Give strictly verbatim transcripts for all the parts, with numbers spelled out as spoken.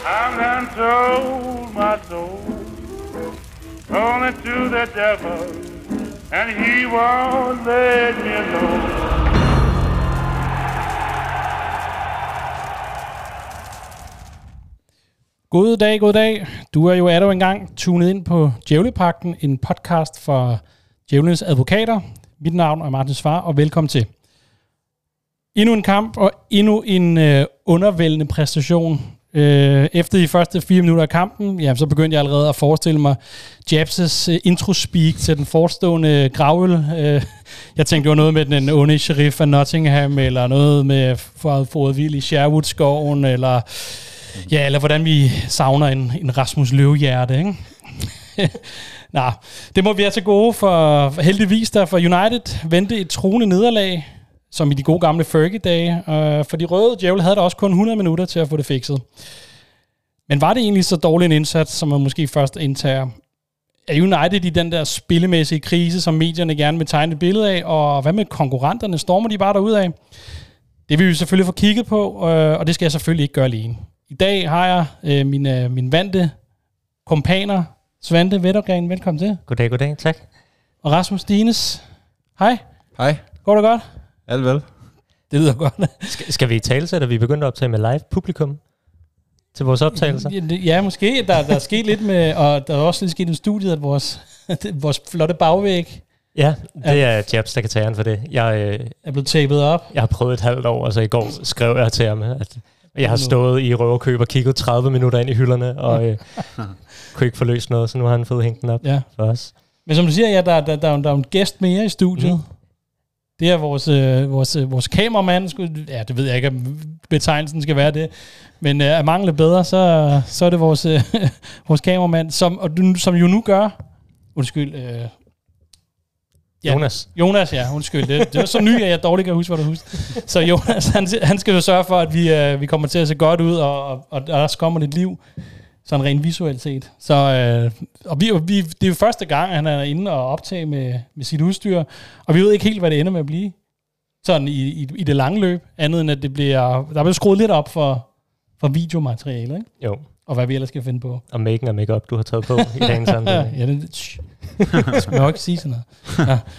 I'm done sold my soul only to the devil, and he won't let me alone. God dag, god dag. Du er jo er du engang tunet ind på Djævlepagten, en podcast for djævlenes advokater. Mit navn er Martin Svar, og velkommen til. Endnu en kamp, og endnu en øh, undervældende præstation. Øh, efter de første fire minutter af kampen, ja, så begyndte jeg allerede at forestille mig Jabs' øh, intro-speak til den forestående gravøl. Øh, jeg tænkte, det var noget med den onde sheriff af Nottingham, eller noget med fået vild i Sherwood-skoven, eller... Ja, eller hvordan vi savner en, en Rasmus Løvehjerte, ikke? Nå, det må vi have til gode, for, for heldigvis der for United vendte et truende nederlag, som i de gode gamle Fergie-dage, og for de røde djævle havde der også kun hundrede minutter til at få det fikset. Men var det egentlig så dårlig en indsats, som man måske først indtager? Er United i den der spillemæssige krise, som medierne gerne vil tegne et billede af, og hvad med konkurrenterne? Stormer de bare derudad? Det vil vi selvfølgelig få kigget på, og det skal jeg selvfølgelig ikke gøre alene. I dag har jeg øh, mine, mine vante kompaner, Svante Vettergren, velkommen til. Goddag, goddag, tak. Og Rasmus Dines, hej. Hej. Går det godt? Alt vel. Det lyder godt. Skal, skal vi i talesæt, at vi begynder at optage med live publikum til vores optagelser? Ja, ja måske. Der, der er sket lidt med, og der er også lidt sket i studiet, at vores, vores flotte bagvæg... Ja, det er Jabs, der kan tage for det. Jeg øh, er blevet tapet op. Jeg har prøvet et halvt år, og så i går skrev jeg til ham, at... Jeg har stået i røverkøb og kigget tredive minutter ind i hylderne, og øh, kunne ikke få løst noget, så nu har han fået hængt den op ja. for os. Men som du siger, ja, der, der, der, der er en gæst mere i studiet. Mm. Det er vores, øh, vores, øh, vores kameramand. Skulle, ja, det ved jeg ikke, om betegnelsen skal være det. Men øh, at mangle bedre, så, så er det vores, øh, vores kameramand, som, og du, som jo nu gør... Undskyld... Øh, Ja, Jonas. Jonas, ja, undskyld. Det, det var så ny, at jeg dårligt kan huske, hvad du husker. Så Jonas, han, han skal jo sørge for, at vi, uh, vi kommer til at se godt ud, og, og, og der også kommer lidt liv, sådan rent visuelt set. Så, uh, og vi, vi, det er jo første gang, at han er inde og optage med, med sit udstyr, og vi ved ikke helt, hvad det ender med at blive. Sådan i, i, i det lange løb, andet end at det bliver, der bliver skruet lidt op for, for videomateriale, ikke? Jo. Og hvad vi ellers skal finde på. Og make og make-up, du har taget på i dagens samtale. Ja, det, det skal man jo ikke sige sådan noget. Ja.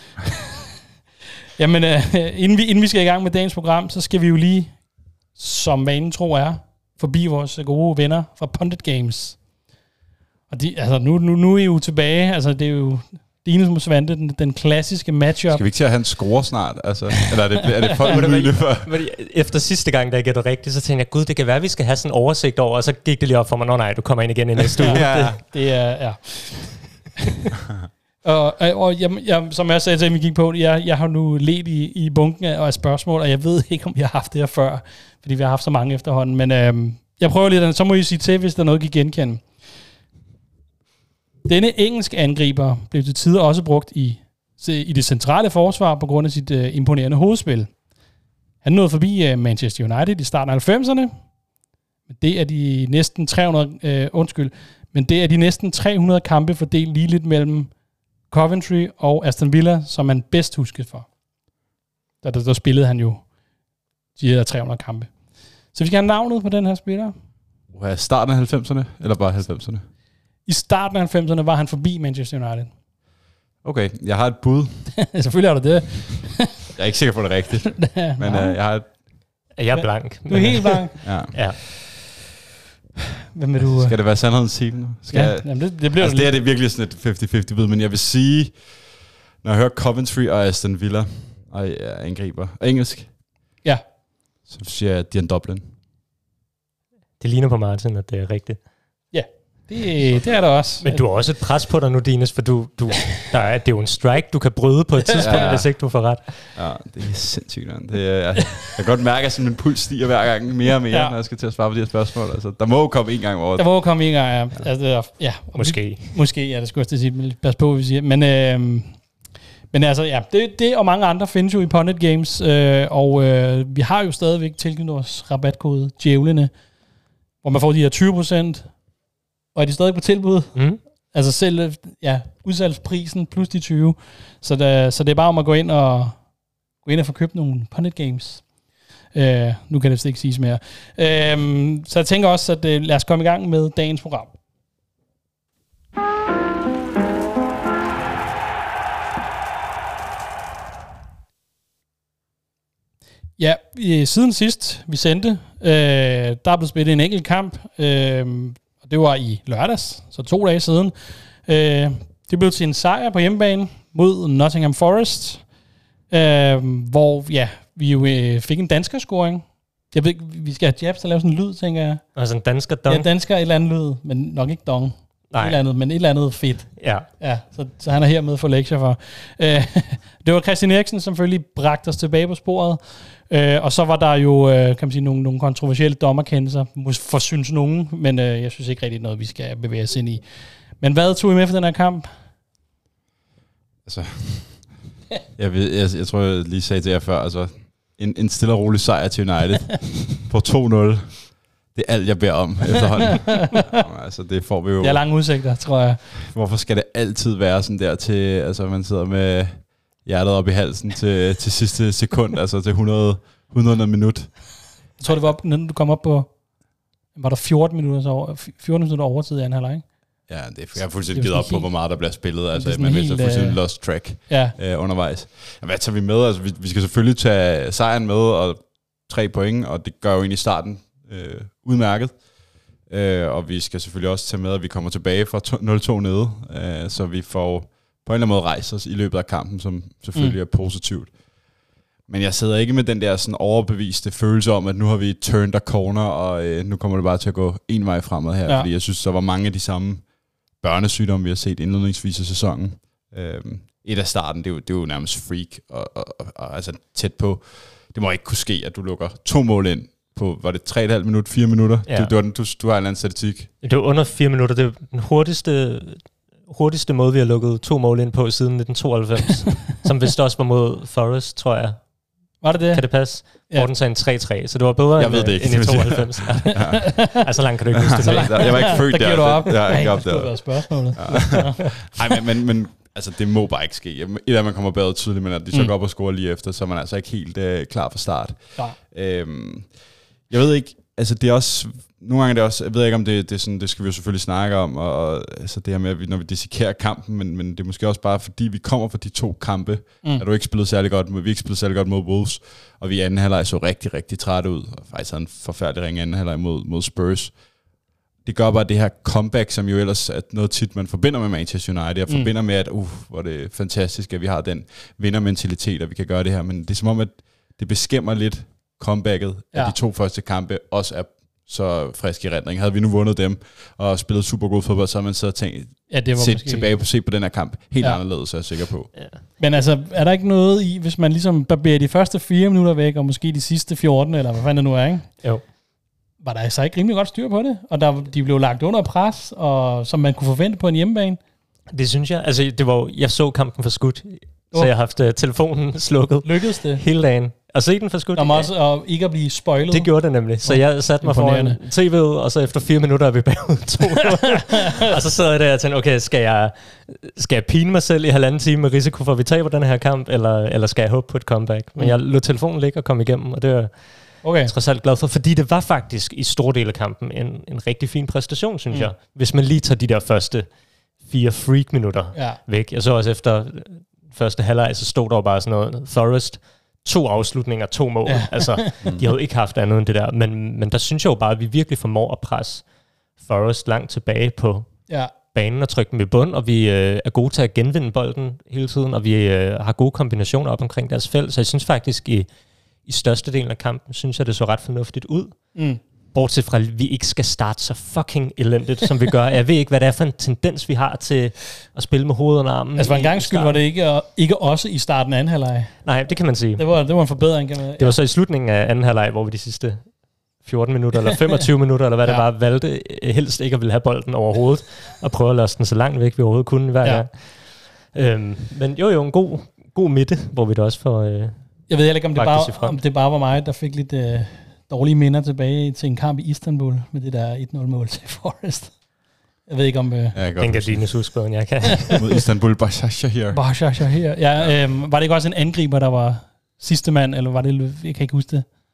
Jamen, øh, inden, vi, inden vi skal i gang med dagens program, så skal vi jo lige, som vanen tro er, forbi vores gode venner fra Pundit Games. Og de, altså, nu, nu, nu er I jo tilbage. Altså, det er jo Dines mod Svante, den, den klassiske matchup. Skal vi ikke til at have en score snart? Altså, eller er det, er det folk muligt for? Efter sidste gang, da jeg gættede rigtigt, så tænkte jeg, gud, det kan være, at vi skal have sådan en oversigt over, og så gik det lige op for mig, nå nej, du kommer ind igen i næste uge. Ja, det, det er, ja. og og jeg, jeg, som jeg sagde til, at vi gik på, jeg, jeg har nu let i, i bunken af spørgsmål, og jeg ved ikke, om jeg har haft det her før, fordi vi har haft så mange efterhånden, men øhm, jeg prøver lidt, så må I sige til, hvis der er noget, I kan genkende. Denne engelske angriber blev til tider også brugt i, i det centrale forsvar på grund af sit uh, imponerende hovedspil. Han nåede forbi uh, Manchester United i starten af halvfemserne, men det er de næsten tre hundrede, uh, undskyld, men det er de næsten tre hundrede kampe fordelt lige lidt mellem Coventry og Aston Villa, som man bedst husker for. Der, der, der spillede han jo de her tre hundrede kampe. Så vi skal have navnet på den her spiller. Uh, starten af halvfemserne, eller bare halvfemserne? I starten af halvfemserne var han forbi Manchester United. Okay, jeg har et bud. Selvfølgelig har du det. Jeg er ikke sikker på det rigtigt, men uh, jeg har et... Jeg er blank. Du er helt blank? Ja. Ja. Hvem vil du... Skal det være sandhedens sige nu? Skal ja, jeg... jamen det, det bliver altså, det er det virkelig sådan et halvtreds halvtreds bud, men jeg vil sige, når jeg hører Coventry og Aston Villa, og jeg angriber engelsk, ja, så siger jeg Dion Dublin. Det ligner på Martin, at det er rigtigt. Ja, det, det er der også. Men du har også et pres på dig nu, Dines, for du, du, der er, det er jo en strike, du kan bryde på et tidspunkt, ja. Hvis ikke du får ret. Ja, det er sindssygt. Det er, jeg, jeg kan godt mærke, at min puls stiger hver gang mere og mere, ja. Når jeg skal til at svare på de her spørgsmål. Altså, der må jo komme en gang over. Der må jo komme en gang, ja. Altså, ja. Måske. Måske, ja, det skulle jeg sige. Pas på, hvad vi siger. Men, øh, men altså, ja, det, det og mange andre findes jo i Pundit Games, øh, og øh, vi har jo stadigvæk tilknyttet vores rabatkode, Djævlene, hvor man får de her tyve procent. Og er de stadig på tilbud? Mm. Altså selv, ja, udsalgsprisen plus de tyve. Så, der, så det er bare om at gå ind og gå ind og få købt nogle Pundit Games. Øh, nu kan det ikke siges mere. Øh, så jeg tænker også, at øh, lad os komme i gang med dagens program. Ja, siden sidst vi sendte, øh, der er blevet spillet en enkelt kamp, øh, og det var i lørdags, så to dage siden. Øh, det blev til en sejr på hjemmebane mod Nottingham Forest, øh, hvor ja, vi jo øh, fik en danskerscoring. Jeg ved, vi skal have Jabs til at lave sådan en lyd, tænker jeg. Altså en dansker dong? Ja, dansker et eller andet lyd, men nok ikke dong. Nej. Et eller andet, men et eller andet fedt. Ja. Ja, så, så han er her med for lektier for. Øh, det var Christian Eriksen, som selvfølgelig bragte os tilbage på sporet. Øh, og så var der jo, øh, kan man sige, nogle, nogle kontroversielle dommerkendelser, for synes nogen, men øh, jeg synes ikke rigtig noget, vi skal bevæge os ind i. Men hvad tog I med for den her kamp? Altså, jeg, ved, jeg, jeg tror, jeg lige sagde til jer før, altså, en, en stille og rolig sejr til United på to nul. Det er alt, jeg beder om efterhånden. Altså, det får vi jo. Det er lange udsigter, tror jeg. Hvorfor skal det altid være sådan der til, altså man sidder med hjertet op i halsen til, til sidste sekund, altså til hundrede, hundrede minut. Jeg tror, det var op, når du kom op på, var der fjorten minutter, så fjorten minutter overtid i anden halvleg, ikke? Ja, det er, jeg har fuldstændig givet op helt, på, hvor meget der bliver spillet. Altså, man helt, har fuldstændig lost track ja. øh, undervejs. Ja, hvad tager vi med? Altså, vi, vi skal selvfølgelig tage sejren med, og tre point, og det gør jo egentlig starten øh, udmærket. Øh, og vi skal selvfølgelig også tage med, at vi kommer tilbage fra nul to nede, øh, så vi får på en eller anden måde rejse os i løbet af kampen, som selvfølgelig mm. er positivt. Men jeg sidder ikke med den der sådan overbeviste følelse om, at nu har vi turned a corner, og øh, nu kommer det bare til at gå en vej fremad her, ja. Fordi jeg synes, der var mange af de samme børnesygdomme, vi har set indledningsvis af sæsonen. Øh, et af starten, det er, jo, det er jo nærmest freak, og, og, og, og altså tæt på. Det må ikke kunne ske, at du lukker to mål ind på, var det tre komma fem minut, fire minutter? Ja. Du, du, har, du, du har en eller anden statistik. Det var under fire minutter. Det er den hurtigste, hurtigste måde, vi har lukket to mål ind på siden nitten tooghalvfems. Som vist også var mod Forest, tror jeg. Var det det? Kan det passe? Ja. Hvor den sagde en tre tre, så det var bedre jeg end, ved det ikke, end i tooghalvfems. Ja. Altså, langt kan du ikke huske det. Jeg var ikke født der. Der giver du op. Jeg er ikke op der. Det var spørgsmålet. Nej, men, men, men altså, det må bare ikke ske. Et af man kommer bedre tydeligt, men at de så mm. går op og scorer lige efter, så er man altså ikke helt uh, klar for start. Ja. Øhm, jeg ved ikke, altså det er også, nogle gange er det også, jeg ved ikke om det, det er sådan, det skal vi jo selvfølgelig snakke om, og, og altså det her med, at vi, når vi dissekerer kampen, men, men det er måske også bare, fordi vi kommer fra de to kampe, mm. at du ikke spillet særlig godt, vi har ikke spillet særlig godt mod Wolves, og vi i anden halvleg så rigtig, rigtig træt ud, og faktisk havde en forfærdelig ring anden halvleg mod, mod Spurs. Det gør bare det her comeback, som jo ellers er noget tit, man forbinder med Manchester United, og mm. forbinder med, at uh, hvor det er fantastisk, at vi har den vindermentalitet, og vi kan gøre det her, men det er som om, at det beskæmmer lidt comebacket, ja. At de to første kampe også er så frisk i rendring. Havde vi nu vundet dem og spillet super god fodbold, så har man så tænkt, ja, det var set tilbage på se på den her kamp helt ja. Anderledes, er jeg sikker på. Ja. Men altså, er der ikke noget i, hvis man ligesom barberer de første fire minutter væk, og måske de sidste fjorten, eller hvad fanden det nu er, ikke? Jo. Var der så ikke rimelig godt styr på det? Og der, de blev lagt under pres, og som man kunne forvente på en hjemmebane? Det synes jeg. Altså, det var, jeg så kampen for skudt, oh. så jeg har haft uh, telefonen slukket. Lykkedes det? Hele dagen. Og se den for skudt. Der også og ikke at blive spoilet. Det gjorde det nemlig. Så jeg satte mig foran T V'et, og så efter fire minutter er vi bagud to. Og så sad jeg der og tænkte, okay, skal jeg, skal jeg pine mig selv i halvanden time med risiko for, at vi taber den her kamp, eller, eller skal jeg håbe på et comeback? Men mm. jeg lod telefonen ligge og komme igennem, og det var okay. Jeg trods alt glad for, fordi det var faktisk i store del af kampen en, en rigtig fin præstation, synes mm. jeg. Hvis man lige tager de der første fire freak-minutter ja. Væk. Jeg så også efter første halvleg, så stod der jo bare sådan noget Forest, to afslutninger, to mål. Ja. Altså, de havde ikke haft andet end det der. Men, men der synes jeg jo bare, at vi virkelig formår at presse Forest langt tilbage på ja. Banen og trykke dem i bund, og vi øh, er gode til at genvinde bolden hele tiden, og vi øh, har gode kombinationer op omkring deres felt. Så jeg synes faktisk, i, i størstedelen af kampen, synes jeg, det så ret fornuftigt ud. Mm. Bortset fra, at vi ikke skal starte så fucking elendigt, som vi gør. Jeg ved ikke, hvad det er for en tendens, vi har til at spille med hovedet under armen. Altså for en gang skyld var det ikke, ikke også i starten af anden halvleg. Nej, det kan man sige. Det var, det var en forbedring. Kan man, ja. Det var så i slutningen af anden halvleg, hvor vi de sidste fjorten minutter, eller femogtyve minutter, eller hvad ja. Det var, valgte helst ikke at ville have bolden overhovedet, og prøve at løse den så langt væk, vi overhovedet kunne hver ja. Gang. Øhm, men jo jo, en god, god midte, hvor vi da også får øh, jeg ved ikke, om det, bare, om det bare var mig, der fik lidt øh, dårlige minder tilbage til en kamp i Istanbul, med det der et nul mål til Forest. Jeg ved ikke om... Øh, ja, den kan Dines huske, jeg kan. Mod Istanbul, Başakşehir. Başakşehir, ja. Øh, var det ikke også en angriber, der var sidste mand, eller var det... Jeg kan ikke huske det.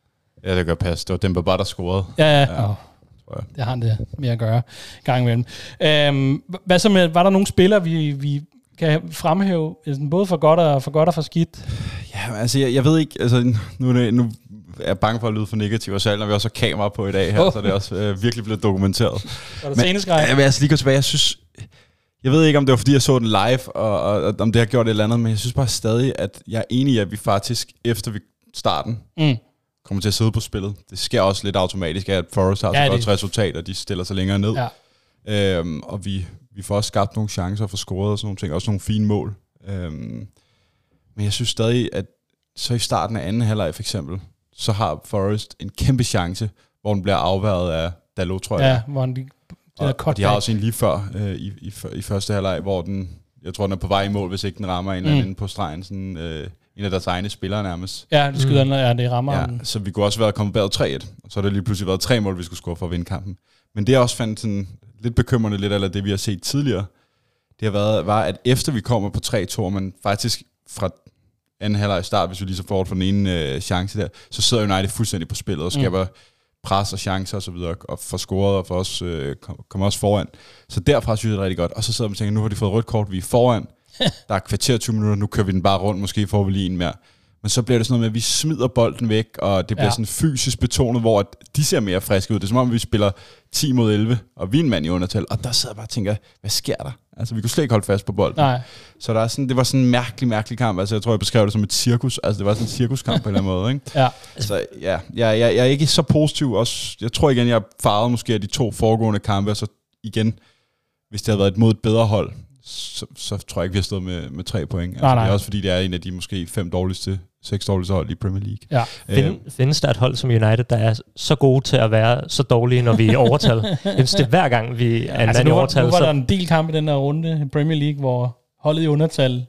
Ja, det gør pas. Det var Demba Ba, der scorede. Ja, ja. ja. Oh, det har han det med at gøre gang imellem. Øhm, hvad så med, var der nogle spillere, vi, vi kan fremhæve, både for godt og for, godt og for skidt? Ja, altså, jeg, jeg ved ikke, altså, nu er, det, nu er jeg bange for at lyde for negativ, og selv når vi også har kamera på i dag her, oh. så det er også øh, virkelig blevet dokumenteret. Var det seneskræk? Jeg vil altså lige gå tilbage, jeg synes... Jeg ved ikke, om det var, fordi jeg så den live, og, og, og om det har gjort et eller andet, men jeg synes bare stadig, at jeg er enig i, at vi faktisk, efter vi starten, mm. kommer til at sidde på spillet. Det sker også lidt automatisk, at Forrest har ja, så godt resultat, og de stiller sig længere ned. Ja. Øhm, og vi, vi får også skabt nogle chancer for scoret og sådan nogle ting, også nogle fine mål. Øhm, men jeg synes stadig, at så i starten af anden halvleg for eksempel, så har Forrest en kæmpe chance, hvor den bliver afværet af Dalot, tror jeg. Ja, hvor han lige... Og, og de har også en lige før øh, i, i, i første halvleg, hvor den, jeg tror, den er på vej i mål, hvis ikke den rammer en mm. eller anden på stregen, sådan øh, en af deres egne spillere nærmest. Ja, det skyder, mm. ja, det rammer ja, så vi kunne også være kommet bag tre et, og så har det lige pludselig været tre mål, vi skulle score for at vinde kampen. Men det er også fandt sådan lidt bekymrende lidt, eller det vi har set tidligere, det har været, var, at efter vi kommer på tre to, men faktisk fra anden halvleg i start, hvis vi lige så får for den ene øh, chance der, så sidder United fuldstændig på spillet og skaber mm. pres og chancer og så videre, og får scoret og for os øh, kommer kom også foran. Så derfra synes jeg det er rigtig godt. Og så sidder vi og tænker, nu har de fået rødt kort, vi er foran. Der er kvarter tyve minutter, nu kører vi den bare rundt, måske får vi lige en mere. Men så bliver det sådan noget med, at vi smider bolden væk, og det bliver ja. sådan fysisk betonet, hvor at de ser mere friske ud. Det er som om, vi spiller ti mod elleve, og vi er en mand i undertal, og der sidder jeg bare og tænker, hvad sker der? Altså, vi kunne slet ikke holde fast på bolden. Nej. Så der er sådan, det var sådan en mærkelig, mærkelig kamp. Altså, jeg tror, jeg beskrev det som et cirkus. Altså, det var sådan en cirkuskamp på en eller anden måde, ikke? Ja. Så ja, jeg, jeg, jeg er ikke så positiv. Også, jeg tror igen, jeg farvede måske af de to foregående kampe, og så igen, hvis det havde været et mod et bedre hold, så, så tror jeg ikke, vi har stået med, med tre point. Altså, nej, nej. Det er også fordi, det er en af de måske fem dårligste, seks dårligste hold i Premier League. Ja. Find, øh, findes der et hold som United, der er så gode til at være så dårlige, når vi er i overtal? Jeg synes, det er hver gang, vi er en altså, mand i overtal. Nu var der en del kamp i den her runde i Premier League, hvor holdet i undertal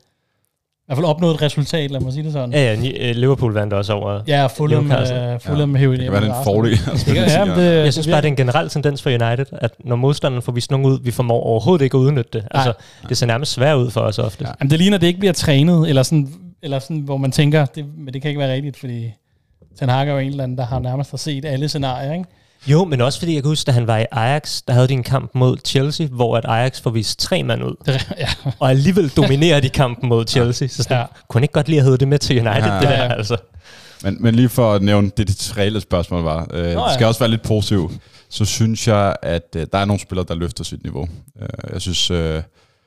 i hvert fald opnået et resultat, lad mig sige det sådan. Ja, ja, Liverpool vandt også over. Ja, Fulham med Fulham med Det kan være den fordel. Jeg synes bare, det er en generel tendens for United, at når modstanderen får vist nogen ud, vi formår overhovedet ikke at udnytte det. Altså, det ser nærmest svært ud for os ofte. Ja. Jamen, det ligner, det ikke bliver trænet, eller sådan, eller sådan hvor man tænker, det, men det kan ikke være rigtigt, fordi Ten Hag er jo en eller anden, der har nærmest har set alle scenarier, ikke? Jo, men også fordi jeg kan huske, da han var i Ajax, der havde de en kamp mod Chelsea, hvor at Ajax får vist tre mand ud. Ja. Og alligevel dominerer de kampen mod Chelsea. Så sådan, ja. kunne han ikke godt lide at have det med til United, ja. det der altså. Men, men lige for at nævne det, det reelle spørgsmål var, øh, Nå, ja. det skal også være lidt positivt, så synes jeg, at øh, der er nogle spillere, der løfter sit niveau. Øh, jeg synes, øh,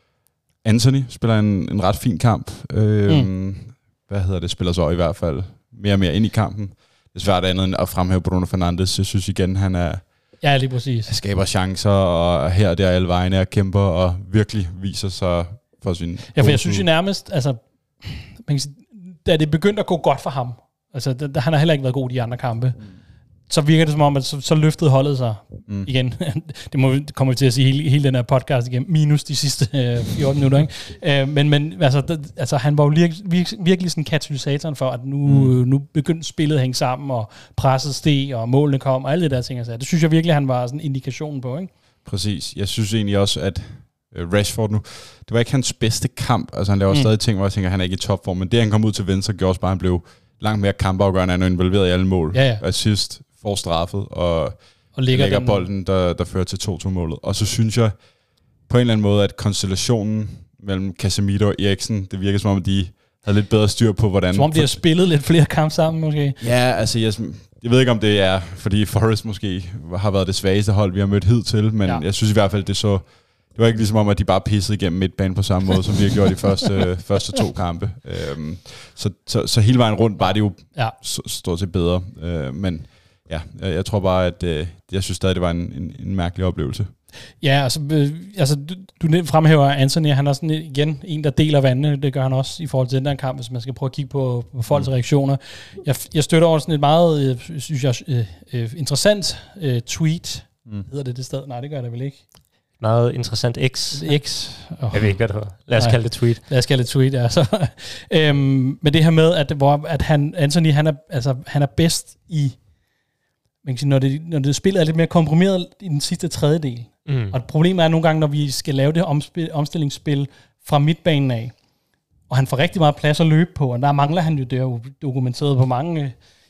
Anthony spiller en, en ret fin kamp. Øh, mm. Hvad hedder det? Spiller så i hvert fald mere og mere ind i kampen. Det er svært andet end at fremhæve Bruno Fernandes. Jeg synes igen, han er... Ja, lige præcis. Han skaber chancer, og her og der alle vegne er kæmper, og virkelig viser sig for sin... Ja, for jeg synes jo nærmest, altså... Man kan sige, da det begyndte at gå godt for ham, altså da, da han har heller ikke været god i de andre kampe, mm. så virker det som om, at så, så løftede holdet sig mm. igen. Det, må, det kommer vi til at sige hele, hele den her podcast igen, minus de sidste øh, fjorten minutter. Ikke? Øh, men men altså, det, altså, han var jo virkelig, virkelig, virkelig sådan katalysatoren for, at nu, mm. nu begyndte spillet at hænge sammen, og presset steg, og målene kom, og alle det der ting. Altså. Det synes jeg virkelig, han var sådan indikationen på. Ikke? Præcis. Jeg synes egentlig også, at Rashford nu, det var ikke hans bedste kamp. Altså han laver mm. stadig ting, hvor jeg tænker, han er ikke i topform, men det han kom ud til venstre, gjorde også bare, at han blev langt mere kampafgørende, han er involveret i alle mål. Ja, ja. Assist, får straffet, og, og lægger, lægger bolden, der, der fører til to to-målet. Og så synes jeg på en eller anden måde, at konstellationen mellem Casemiro og Eriksen, det virker som om, de havde lidt bedre styr på, hvordan... Som om de har spillet lidt flere kampe sammen, måske? Ja, altså jeg, jeg ved ikke, om det er, fordi Forrest måske har været det svageste hold, vi har mødt hidtil, men ja. jeg synes i hvert fald, det så... Det var ikke ligesom om, at de bare pissede igennem midtbanen på samme måde, som vi har gjort de første, første to kampe. Øhm, så, så, så hele vejen rundt var det jo ja. stort set bedre. Øh, men ja, jeg, jeg tror bare, at øh, jeg synes stadig, det var en, en, en mærkelig oplevelse. Ja, altså, øh, altså du, du fremhæver Anthony, han er sådan igen en, der deler vandene. Det gør han også i forhold til den der kamp, hvis man skal prøve at kigge på, på folks mm. reaktioner. Jeg, jeg støtter over sådan et meget, øh, synes jeg, øh, øh, interessant øh, tweet. Mm. Hedder det det sted? Nej, det gør det vel ikke. Meget interessant X. X. Oh. Jeg ved ikke, hvad det var. Lad os Nej. kalde det tweet. Lad os kalde det tweet, ja. Så, øhm, men det her med, at, hvor, at han, Anthony, han er, altså, han er bedst i, man kan sige, når det, når det spillet er lidt mere komprimeret i den sidste tredjedel. Mm. Og problemet er nogle gange, når vi skal lave det omspil, omstillingsspil fra midtbanen af, og han får rigtig meget plads at løbe på, og der mangler han jo, det er jo dokumenteret på mange,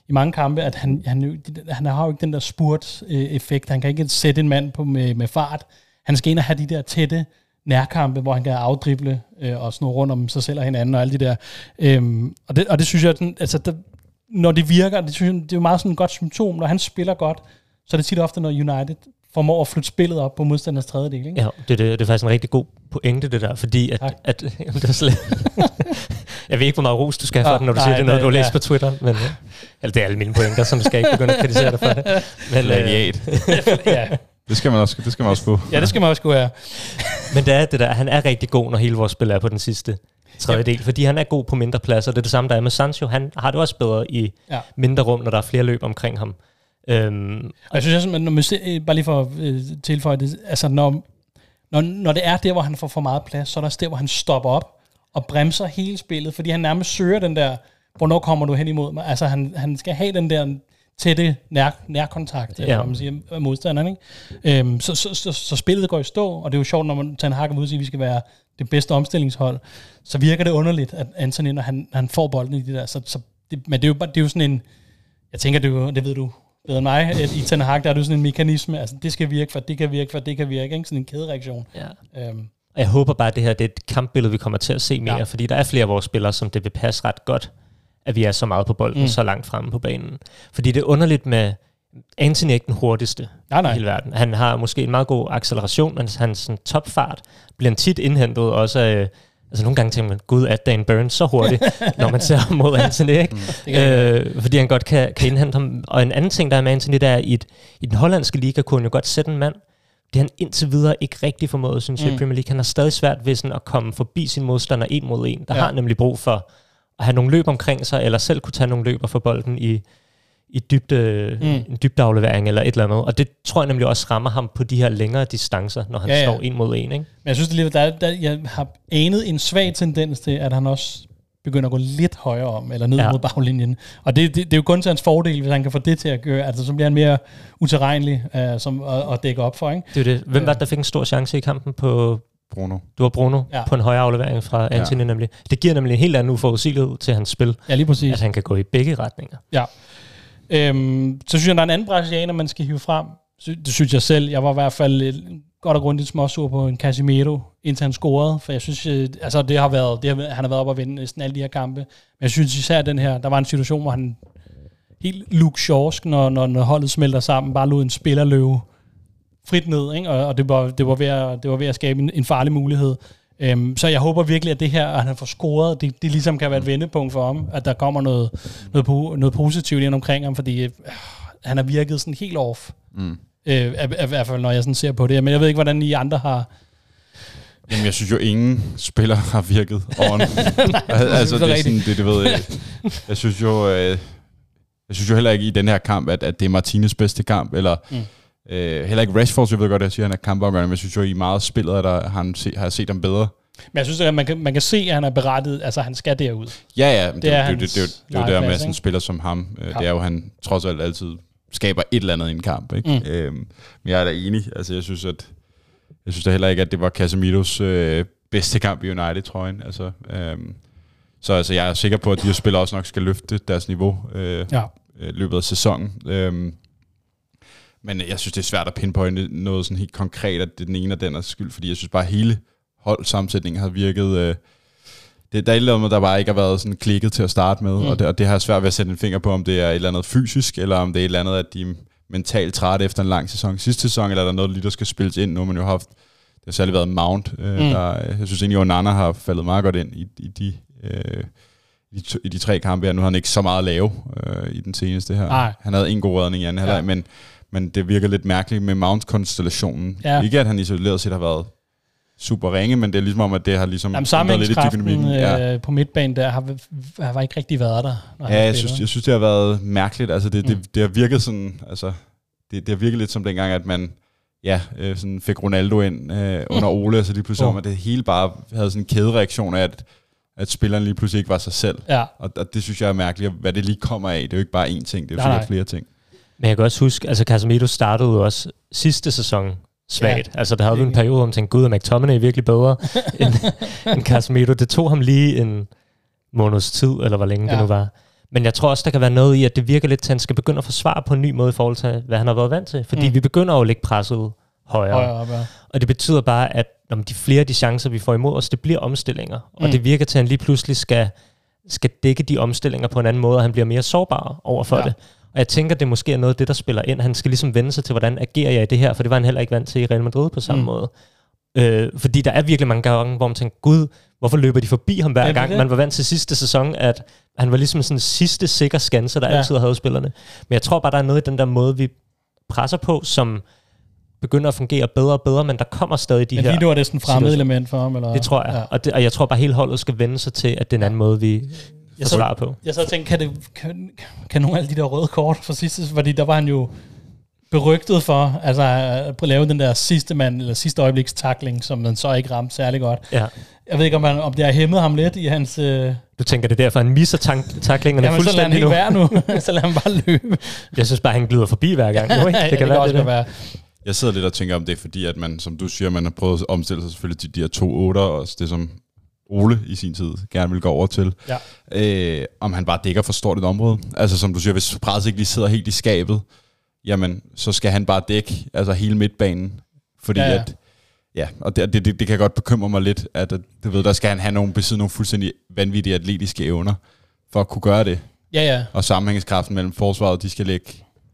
i mange kampe, at han, han, han har jo ikke den der spurt-effekt. Han kan ikke sætte en mand på med, med fart. Han skal ind og have de der tætte nærkampe, hvor han kan afdrible øh, og snurre rundt om sig selv og hinanden og alle de der. Øhm, og, det, og det synes jeg, den, altså, der, når det virker, det, synes jeg, det er jo meget sådan et godt symptom. Når han spiller godt, så er det tit ofte, når United formår at flytte spillet op på modstanders tredjedel. Ikke? Ja, det, det, det er faktisk en rigtig god pointe, det der, fordi at... at jamen, det er slet jeg ved ikke, hvor meget ros du skal have for den, når du nej, siger, det er noget, du har læst ja. på Twitter. Men, eller det er alle mine pointer, som skal ikke begynde at kritisere dig for det. Men, Plagiat. ja. Det skal man også, det skal man også få. Ja, det skal man også gå her. Men det er det der, han er rigtig god, når hele vores spil er på den sidste tredjedel, ja. fordi han er god på mindre pladser. Det er det samme, der er med Sancho. Han har det også bedre i ja. mindre rum, når der er flere løb omkring ham. Øhm, og jeg synes også, når man ser, bare lige for at øh, tilføje det, altså når, når, når det er der, hvor han får for meget plads, så er der der, hvor han stopper op og bremser hele spillet, fordi han nærmest søger den der, hvornår kommer du hen imod mig? Altså han, han skal have den der tætte nær, nærkontakt, ja. eller hvad man siger, af modstanderen. Ikke? Øhm, så, så, så, så spillet går i stå, og det er jo sjovt, når man tager en hakke ud og siger, at vi skal være det bedste omstillingshold, så virker det underligt, at Anthony, når han, han får bolden i det der, så, så det, men det er, jo, det er jo sådan en, jeg tænker, det, jo, det ved du bedre end mig, at i Ten Hag, der er det sådan en mekanisme, altså det skal virke, for det kan virke, for det kan virke, ikke? Sådan en kædereaktion. Ja. Øhm. Og jeg håber bare, at det her det er et kampbillede, vi kommer til at se mere, ja. fordi der er flere af vores spillere, som det vil passe ret godt, at vi er så meget på bolden, mm. så langt fremme på banen. Fordi det er underligt med Anthony ikke den hurtigste nej, nej. i hele verden. Han har måske en meget god acceleration, men hans sådan, topfart bliver tit indhentet også af, altså nogle gange tænker man, gud, at Dan Burns så hurtigt, når man ser ham mod Anthony, ikke? Mm. Øh, fordi han godt kan, kan indhente ham. Og en anden ting, der er med Anthony, der er, i, et, i den hollandske liga, kunne han jo godt sætte en mand. Det har han indtil videre ikke rigtig formået, synes jeg, mm. i Premier League. Han har stadig svært ved sådan, at komme forbi sin modstander en mod en. Der ja. har nemlig brug for at have nogle løb omkring sig, eller selv kunne tage nogle løb og få bolden i, i dybde, mm. en dybdeaflevering eller et eller andet. Og det tror jeg nemlig også rammer ham på de her længere distancer, når han ja, ja. står en mod en. Ikke? Men jeg synes, det der, der, jeg har anet en svag tendens til, at han også begynder at gå lidt højere om, eller ned ja. mod baglinjen. Og det, det, det er jo kun til hans fordel, hvis han kan få det til at gøre, altså så bliver han mere utilregnelig uh, som, at, at dække op for. Ikke? Det er det. Hvem var det, der fik en stor chance i kampen på... Bruno. Du var Bruno ja. på en højere aflevering fra Anthony ja. nemlig. Det giver nemlig en helt anden uforudsigelighed til hans spil. Ja, lige præcis. At han kan gå i begge retninger. Ja. Øhm, så synes jeg, der er en anden brasilianer, man skal hive frem. Det synes jeg selv. Jeg var i hvert fald godt og grundigt småsur på en Casemiro, indtil han scorede. For jeg synes, altså det har været, det har, han har været op og vinde næsten alle de her kampe. Men jeg synes især den her, der var en situation, hvor han helt Luke Shawsk, når, når, når holdet smelter sammen, bare lod en spiller løbe frit ned, ikke? Og, og det, var, det, var ved at, det var ved at skabe en, en farlig mulighed. Um, så jeg håber virkelig, at det her, at han får scoret, det, det ligesom kan være et vendepunkt for ham, at der kommer noget, noget, noget positivt ind omkring ham, fordi øh, han har virket sådan helt off. Mm. Øh, I hvert fald, når jeg sådan ser på det. Men jeg ved ikke, hvordan I andre har... Jamen, jeg synes jo, ingen spiller har virket on. altså, det er sådan, det, det ved jeg. Jeg synes jo, øh, jeg synes jo heller ikke i den her kamp, at, at det er Martinez bedste kamp, eller... Mm. Uh, heller ikke Rashford, jeg ved godt, at jeg siger, at han er kampafgørende, men jeg synes jo, i meget spillet, at der, han se, har jeg set ham bedre. Men jeg synes, at man kan, man kan se, at han er berettet, altså han skal derud. Ja, ja, det, det er det, det, det, det, det, det der med sådan en spiller som ham. Uh, ja. Det er jo, han trods alt altid skaber et eller andet i en kamp. Ikke? Mm. Uh, men jeg er da enig. Altså, jeg synes, at jeg synes da heller ikke, at det var Casemiros uh, bedste kamp i United-trøjen. Altså, um, så altså, jeg er sikker på, at de her spillere også nok skal løfte deres niveau uh, ja. uh, løbet af sæsonen. Um, Men jeg synes, det er svært at pinpointe noget sådan helt konkret, at det den ene og den er skyld, fordi jeg synes bare, at hele holdsammensætningen har virket... Øh, det, der er et eller andet, der bare ikke har været sådan klikket til at starte med, mm. og, det, og det har jeg svært ved at sætte en finger på, om det er et eller andet fysisk, eller om det er et eller andet, at de er mentalt trætte efter en lang sæson. Sidste sæson, eller er der noget lige, der skal spilles ind nu, men jo har haft... Det har særligt været Mount. Øh, mm. der, jeg synes egentlig, at Onana har faldet meget godt ind i, i de... Øh, I de, i de tre kampe her. Nu har han ikke så meget at lave øh, i den seneste her. Ej. Han havde en god redning i anden halvleg, ja. men, men det virker lidt mærkeligt med Mount-konstellationen. Ja. Ikke at han isoleret set har været super ringe, men det er ligesom om, at det har ligesom... Jamen sammenhængskraften øh, ja. på midtbanen der har, har, har ikke rigtig været der. Ja, jeg synes, jeg synes, det har været mærkeligt. Altså, det, mm. det, det har virket sådan... Altså, det, det har virket lidt som dengang, at man ja, øh, sådan fik Ronaldo ind øh, under Ole, og så lige pludselig oh. om, at det hele bare havde sådan en kædereaktion af, at at spilleren lige pludselig ikke var sig selv. Ja. Og, og det synes jeg er mærkeligt, hvad det lige kommer af. Det er jo ikke bare én ting, det er jo sikkert flere ting. Men jeg kan også huske, altså Casemiro startede jo også sidste sæson svagt. Ja. Altså der havde vi en periode, hvor man tænkte, gud, er McTominay virkelig bedre end, end Casemiro. Det tog ham lige en måneds tid, eller hvor længe ja. det nu var. Men jeg tror også, der kan være noget i, at det virker lidt til, at han skal begynde at forsvare på en ny måde i forhold til, hvad han har været vant til. Fordi mm. vi begynder jo at lægge presset højere. højere op, ja. Og det betyder bare, at om de flere af de chancer, vi får imod os, det bliver omstillinger. Mm. Og det virker til, at han lige pludselig skal, skal dække de omstillinger på en anden måde, og han bliver mere sårbar overfor ja. det. Og jeg tænker, det måske er noget af det, der spiller ind. Han skal ligesom vende sig til, hvordan agerer jeg i det her, for det var han heller ikke vant til i Real Madrid på samme mm. måde. Øh, fordi der er virkelig mange gange, hvor man tænker, gud, hvorfor løber de forbi ham hver ja, gang? Det. Man var vant til sidste sæson, at han var ligesom sådan en sidste sikker skanse, der ja. altid havde spillerne. Men jeg tror bare, der er noget i den der måde, vi presser på, som begynder at fungere bedre og bedre, men der kommer stadig de men her... Men lige nu er det sådan et fremmed element for ham? Eller? Det tror jeg. Ja. Og, det, og jeg tror bare, hele holdet skal vende sig til, at det er en anden måde, vi forsvarer på. Jeg så tænkte, kan, det, kan, kan nogle af de der røde kort fra sidste... Fordi der var han jo berygtet for altså, at lave den der sidste mand, eller sidste øjebliks tackling, som man så ikke ramte særlig godt. Ja. Jeg ved ikke, om, man, om det har hæmmet ham lidt i hans... Øh... Du tænker, det er derfor, han misser tank- tacklingerne Jamen, fuldstændig nu? så lader han helt være nu. Så lader han bare løbe. Jeg synes bare, han glider forbi hver gang. Nu, ikke? Det, ja, kan det være, det være. Jeg sidder lidt og tænker om det er fordi, at man, som du siger, man har prøvet at omstille sig selvfølgelig til de her to otter, og det som Ole i sin tid gerne vil gå over til. Ja. Øh, om han bare dækker for stort et område. Altså som du siger, hvis presset ikke lige sidder helt i skabet, jamen så skal han bare dække altså hele midtbanen. Fordi ja, ja. at, ja, og det, det, det, det kan godt bekymre mig lidt, at du ved, der skal han have nogle, besidde nogle fuldstændig vanvittige atletiske evner, for at kunne gøre det. Ja, ja. Og sammenhængskraften mellem forsvaret, de skal ligge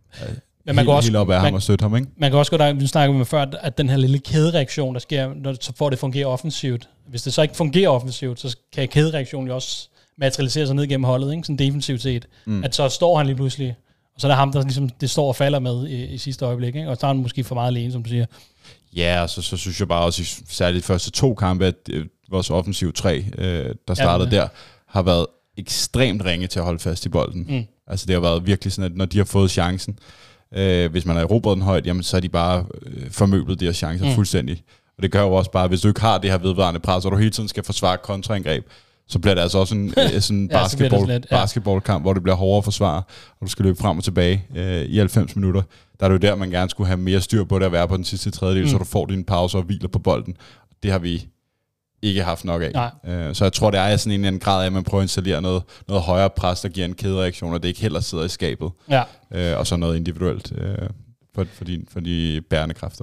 Men man helt, også, helt op af man, ham og støtte ham, ikke? Man kan også godt, vi snakkede med før, at den her lille kædereaktion, der sker, når, så får det fungere offensivt. Hvis det så ikke fungerer offensivt, så kan kædereaktionen jo også materialisere sig ned gennem holdet, ikke? Sådan defensivt set. Mm. At så står han lige pludselig, og så er der ham, der ligesom, det står og falder med i, i sidste øjeblik, ikke? Og så er han måske for meget alene, som du siger. Ja, og så, så synes jeg bare også, særligt de første to kampe, at øh, vores offensiv tre, øh, der startede ja, der, har været ekstremt ringe til at holde fast i bolden. Mm. Altså det har været virkelig sådan, at når de har fået chancen, øh, hvis man har erobret den højt, jamen så er de bare øh, formøblet de her chancer mm. fuldstændig. Og det gør jo også bare, hvis du ikke har det her vedvarende pres, og du hele tiden skal forsvare kontraangreb, så bliver det altså også en sådan en basketball, ja, basketballkamp, hvor det bliver hårdere at forsvare, og du skal løbe frem og tilbage øh, i halvfems minutter. Der er det jo der, man gerne skulle have mere styr på det, at være på den sidste tredjedel, mm. så du får dine pauser og hviler på bolden. Det har vi ikke haft nok af. Øh, så jeg tror, det er sådan en eller anden grad af, at man prøver at installere noget, noget højere pres, der giver en kædereaktion, og det ikke heller sidder i skabet. Ja. Øh, og så noget individuelt øh, for, for, de, for de bærende kræfter.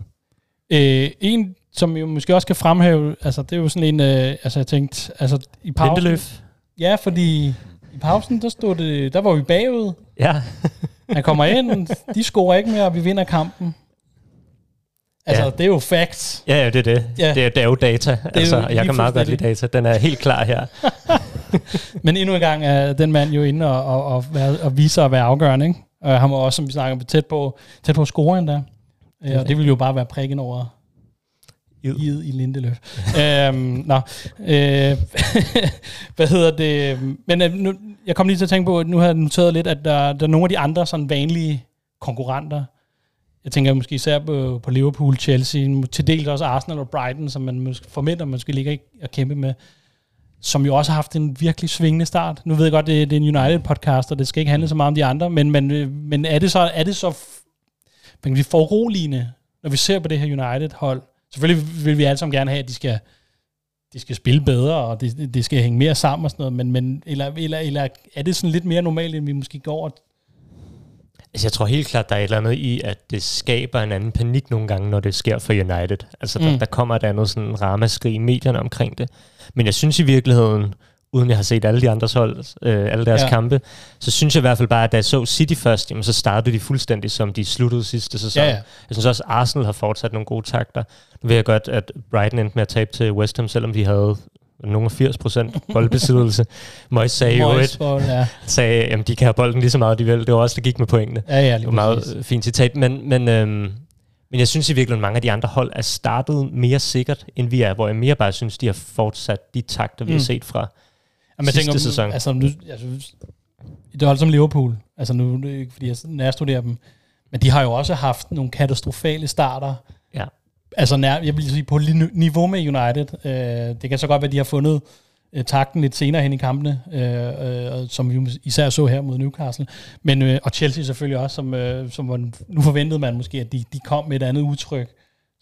Øh, en, som jo måske også kan fremhæve, altså det er jo sådan en, øh, altså jeg tænkte, altså i pausen... Lindeløf. Ja, fordi i pausen, der stod det, der var vi bagud. Ja. Han kommer ind, de scorer ikke mere, og vi vinder kampen. Altså, ja. Det er jo facts. Ja, ja, det er det. Ja. Det, er, det er jo data. Det altså, jo jeg kan meget godt lide data. Den er helt klar her. Men endnu en gang er den mand jo inde og, og, og, og viser at være afgørende, ikke? Og han var også, som vi snakker om, tæt på, tæt på scoren der. Ja, og det vil jo bare være prikken over i i Lindeløf. øhm, nå, øh, hvad hedder det? Men øh, nu, jeg kom lige til at tænke på, at nu har jeg noteret lidt, at der, der er nogle af de andre sådan vanlige konkurrenter. Jeg tænker måske især på, på Liverpool, Chelsea, til dels også Arsenal og Brighton, som man måske forventer, man skal ligge og kæmpe med, som jo også har haft en virkelig svingende start. Nu ved jeg godt, det, det er en United-podcast, og det skal ikke handle så meget om de andre, men, men, men er det så, er det så kan vi foruroligende, når vi ser på det her United-hold? Selvfølgelig vil vi alle sammen gerne have, at de skal, de skal spille bedre, og det, det skal hænge mere sammen og sådan noget, men, men eller, eller, eller er det sådan lidt mere normalt, end vi måske går over? Altså jeg tror helt klart, der er et eller andet i, at det skaber en anden panik nogle gange, når det sker for United. Altså mm. der, der kommer et andet sådan ramaskrig i medierne omkring det. Men jeg synes i virkeligheden, uden jeg har set alle de andres hold, øh, alle deres ja. kampe, så synes jeg i hvert fald bare, at da jeg så City først, jamen, så startede de fuldstændig, som de sluttede sidste sæson. Ja, ja. Jeg synes også, at Arsenal har fortsat nogle gode takter. Nu ved jeg godt, at Brighton endte med at tabe til West Ham, selvom de havde nogle firs procent boldbesiddelse. Moyes sagde jo et, ja. sagde, jamen de kan have bolden lige så meget, de vil. Det var også, der gik med pointene. Ja, ja, det var meget præcis. Fint citat. Men, men, øhm, men jeg synes i virkeligheden, mange af de andre hold er startet mere sikkert, end vi er, hvor jeg mere bare synes, de har fortsat de takter, vi mm. har set fra ja, sidste tænker, sæson. Altså, nu, altså, det er hold som Liverpool, altså nu, fordi jeg nærstuderer dem, men de har jo også haft nogle katastrofale starter. Ja. Altså, nær, jeg vil sige, på niveau med United. Øh, det kan så godt være, at de har fundet øh, takten lidt senere hen i kampene, øh, øh, som vi især så her mod Newcastle. Men, øh, og Chelsea selvfølgelig også, som, øh, som man, nu forventede man måske, at de, de kom med et andet udtryk,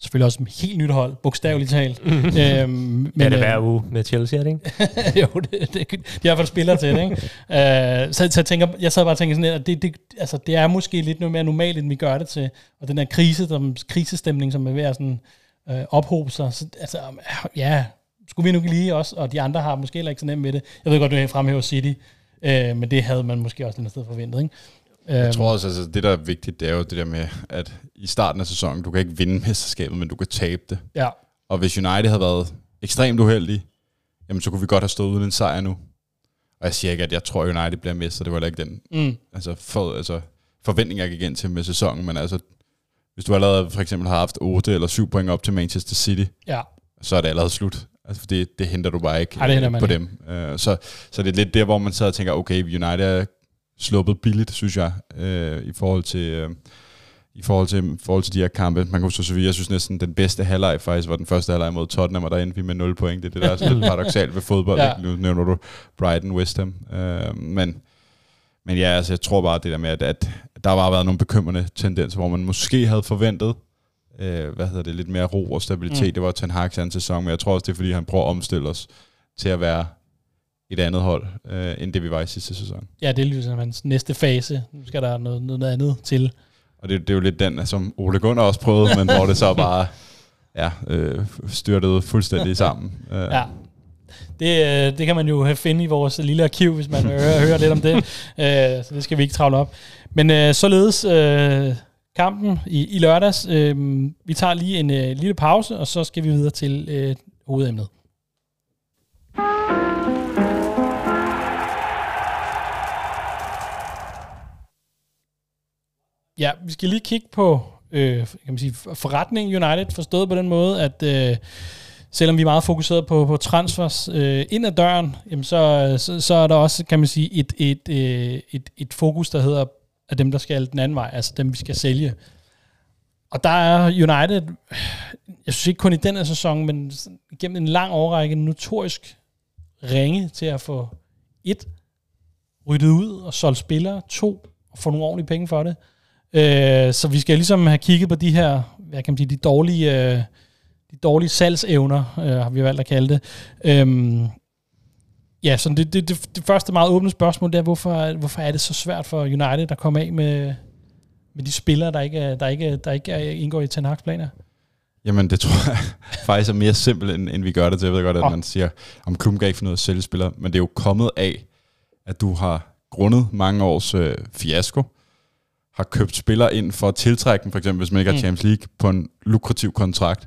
Selvfølgelig også et helt nyt hold, bogstaveligt talt. Mm-hmm. øhm, men, ja, det er hver uge med Chelsea, er det ikke? jo, det, det, de har i hvert fald spillere til det, ikke? uh, så, så jeg, tænker, jeg sad bare og tænkte sådan, at det, det, altså, det er måske lidt mere normalt, end vi gør det til. Og den der krise, som, krisestemning, som er ved at sådan, uh, ophobe sig. Så, altså, ja, skulle vi nu lige også, og de andre har måske heller ikke så nemt med det. Jeg ved godt, du er fremhæver City, uh, men det havde man måske også lidt sted forventet, ikke? Jeg tror også, altså, det der er vigtigt, det er jo det der med, at i starten af sæsonen, du kan ikke vinde mesterskabet, men du kan tabe det. Ja. Og hvis United havde været ekstremt uheldige, jamen så kunne vi godt have stået uden en sejr nu. Og jeg siger ikke, at jeg tror, at United bliver mester, det var heller ikke den mm. altså, for, altså, forventning, jeg gik ind til med sæsonen, men altså, hvis du allerede for eksempel har haft otte eller syv point op til Manchester City, ja. så er det allerede slut. Altså, det, det henter du bare ikke Ej, på dem. Uh, så, så det er lidt der, hvor man så tænker, okay, United er sluppet billigt, synes jeg, øh, i forhold til øh, i forhold til forhold til de her kampe. Man kan så så jeg synes næsten den bedste halvleg faktisk var den første halvleg mod Tottenham, og der endte vi med nul point. Det er det der er sådan lidt paradoksalt ved fodbold. Ja. Nu nævner du Brighton, West Ham, øh, men men ja, altså jeg tror bare det der med at, at der har bare været nogle bekymrende tendenser, hvor man måske havde forventet øh, hvad hedder det lidt mere ro og stabilitet. Mm. Det var Ten Hag's anden sæson, men jeg tror også det er fordi han prøver at omstille os til at være et andet hold, øh, end det vi var i sidste sæson. Ja, det er ligesom hans næste fase. Nu skal der noget, noget andet til. Og det, det er jo lidt den, som Ole Gunnar også prøvede, men hvor det så bare ja, øh, styrtede fuldstændig sammen. Ja, det, det kan man jo finde i vores lille arkiv, hvis man hører, hører lidt om det. Uh, så det skal vi ikke travle op. Men uh, således uh, kampen i, i lørdags. Uh, vi tager lige en uh, lille pause, og så skal vi videre til uh, hovedemnet. Ja, vi skal lige kigge på øh, kan man sige, forretning United, forstået på den måde, at øh, selvom vi er meget fokuseret på, på transfers øh, ind ad døren, jamen så, så, så er der også, kan man sige, et, et, et, et, et fokus, der hedder, at dem, der skal den anden vej, altså dem, vi skal sælge. Og der er United, jeg synes ikke kun i den her sæson, men gennem en lang årrække, notorisk ringe til at få et, ryddet ud og solgt spillere, to, og få nogle ordentlige penge for det. Øh, så vi skal ligesom have kigget på de her, hvad kan man sige, de dårlige, øh, de dårlige salgsevner, øh, har vi valgt at kalde det. Øhm, ja, så det, det, det, det første meget åbne spørgsmål, det er, hvorfor, hvorfor er det så svært for United at komme af med, med de spillere, der ikke, der ikke, der ikke indgår i Ten Hag's planer? Jamen, det tror jeg faktisk er mere simpelt, end, end vi gør det til. Jeg ved godt, at oh. man siger, om klubben kan ikke få noget at sælge spillere, men det er jo kommet af, at du har grundet mange års øh, fiasko, har købt spillere ind for at tiltrække dem, for eksempel hvis man ikke har Champions League, på en lukrativ kontrakt.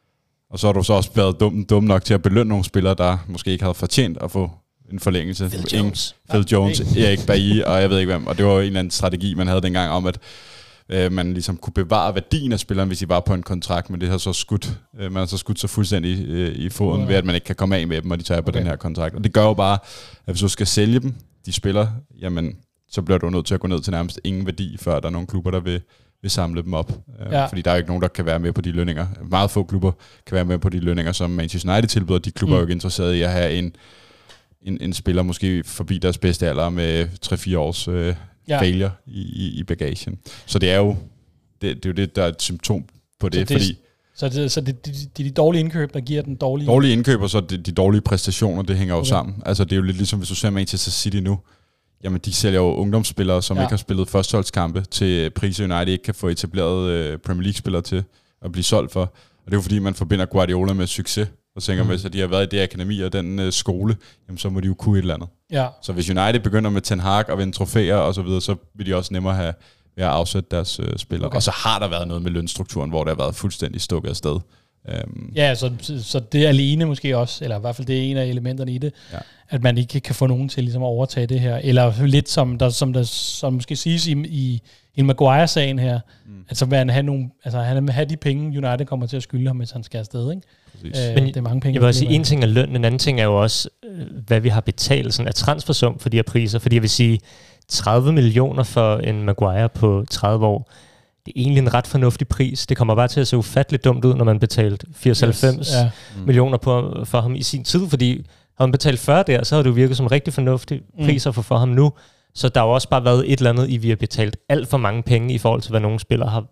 Og så har du så også været dum, dum nok til at belønne nogle spillere, der måske ikke havde fortjent at få en forlængelse. Phil Jones. Phil Jones, Erik Bailly, og jeg ved ikke hvem. Og det var en eller anden strategi, man havde dengang om, at øh, man ligesom kunne bevare værdien af spilleren, hvis de var på en kontrakt, men det har så skudt, øh, man har så skudt så fuldstændig øh, i foden, ja. ved at man ikke kan komme af med dem, og de tager på okay. den her kontrakt. Og det gør jo bare, at hvis du skal sælge dem, de spillere, jamen så bliver du nødt til at gå ned til nærmest ingen værdi, før der er nogle klubber, der vil, vil samle dem op. Ja. Fordi der er jo ikke nogen, der kan være med på de lønninger. Meget få klubber kan være med på de lønninger, som Manchester United tilbyder. De klubber mm. er jo ikke interesserede i at have en, en, en spiller måske forbi deres bedste alder med tre fire års øh, ja. failure i, i, i bagagen. Så det er jo det, det, er jo det, der er et symptom på det. Så det, fordi så det, så det, det, det er de dårlige indkøb, der giver den dårlige... Dårlige indkøb, og så de, de dårlige præstationer, det hænger jo okay. sammen. Altså det er jo lidt ligesom, hvis du ser Manchester City nu, jamen de sælger jo ungdomsspillere, som ja. ikke har spillet førsteholdskampe, til priser United ikke kan få etableret øh, Premier League-spillere til at blive solgt for. Og det er jo fordi, man forbinder Guardiola med succes, og tænker, mm. hvis de har været i det akademi og den øh, skole, jamen så må de jo kunne et eller andet. Ja. Så hvis United begynder med Ten Hag og vinde trofæer og så videre, så vil de også nemmere have ved at afsætte deres øh, spillere. Okay. Og så har der været noget med lønstrukturen, hvor det har været fuldstændig stukket afsted. Um, ja, så, så det er alene måske også, eller i hvert fald det er en af elementerne i det, ja. at man ikke kan få nogen til ligesom at overtage det her, eller lidt som der, som der som måske siges i, i, i Maguire-sagen her, mm. at så vil han have, nogle, altså, han vil have de penge, United kommer til at skylde ham, hvis han skal afsted, ikke? Øh, Men det er mange penge. Jeg vil også sige, en ting er løn, en anden ting er jo også, hvad vi har betalt sådan af transfersum for de her priser, fordi jeg vil sige, tredive millioner for en Maguire på tredive år, det er egentlig en ret fornuftig pris. Det kommer bare til at se ufatteligt dumt ud, når man betalte firs til halvfems yes, yeah. mm. millioner på, for ham i sin tid, fordi havde man betalt fyrre der, så havde det jo virket som en rigtig fornuftig mm. pris at få for ham nu. Så der har jo også bare været et eller andet i, vi har betalt alt for mange penge i forhold til, hvad nogle spillere har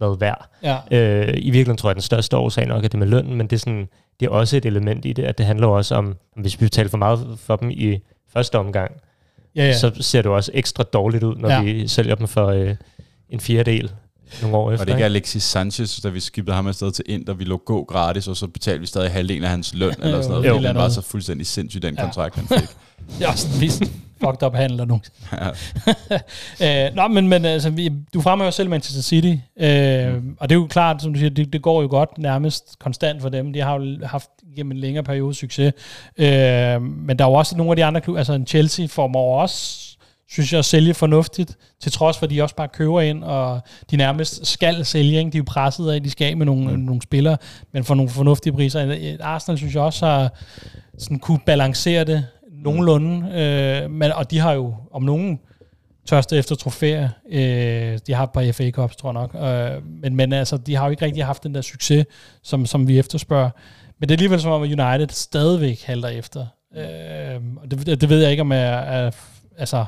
været værd. Ja. Øh, I virkeligheden tror jeg, den største årsag nok er det med lønnen, men det er, sådan, det er også et element i det, at det handler også om, hvis vi betaler for meget for dem i første omgang, ja, ja. så ser det også ekstra dårligt ud, når ja. vi sælger dem for øh, en fjerdedel nogle år efter. Og det ikke Alexis Sanchez, da vi skibede ham afsted til Inter, vi lå gå gratis, og så betalte vi stadig halvdelen af hans løn, eller sådan noget. Det var så fuldstændig sindssygt, den ja. kontrakt, han fik. Det er også en vis fucked up handler nu. Ja. øh, nå, men, men altså, vi, du fremhæver selv Manchester City, øh, mm. og det er jo klart, som du siger, det, det går jo godt nærmest konstant for dem. De har jo haft gennem en længere periode succes. Øh, men der er jo også nogle af de andre klubber, altså en Chelsea formår også, synes jeg, at sælge fornuftigt, til trods for, at de også bare køber ind, og de nærmest skal sælge, ikke? De er jo presset af, at de skal af med nogle, mm. nogle spillere, men for nogle fornuftige priser. Arsenal, synes jeg også, har sådan kunne balancere det nogenlunde, øh, men, og de har jo om nogen tørste efter trofæer. Øh, de har et par F A Cups, tror jeg nok. Øh, men, men altså, de har jo ikke rigtig haft den der succes, som, som vi efterspørger. Men det er alligevel som om, at United stadigvæk halter efter. Øh, og det, det ved jeg ikke, om jeg er... Altså,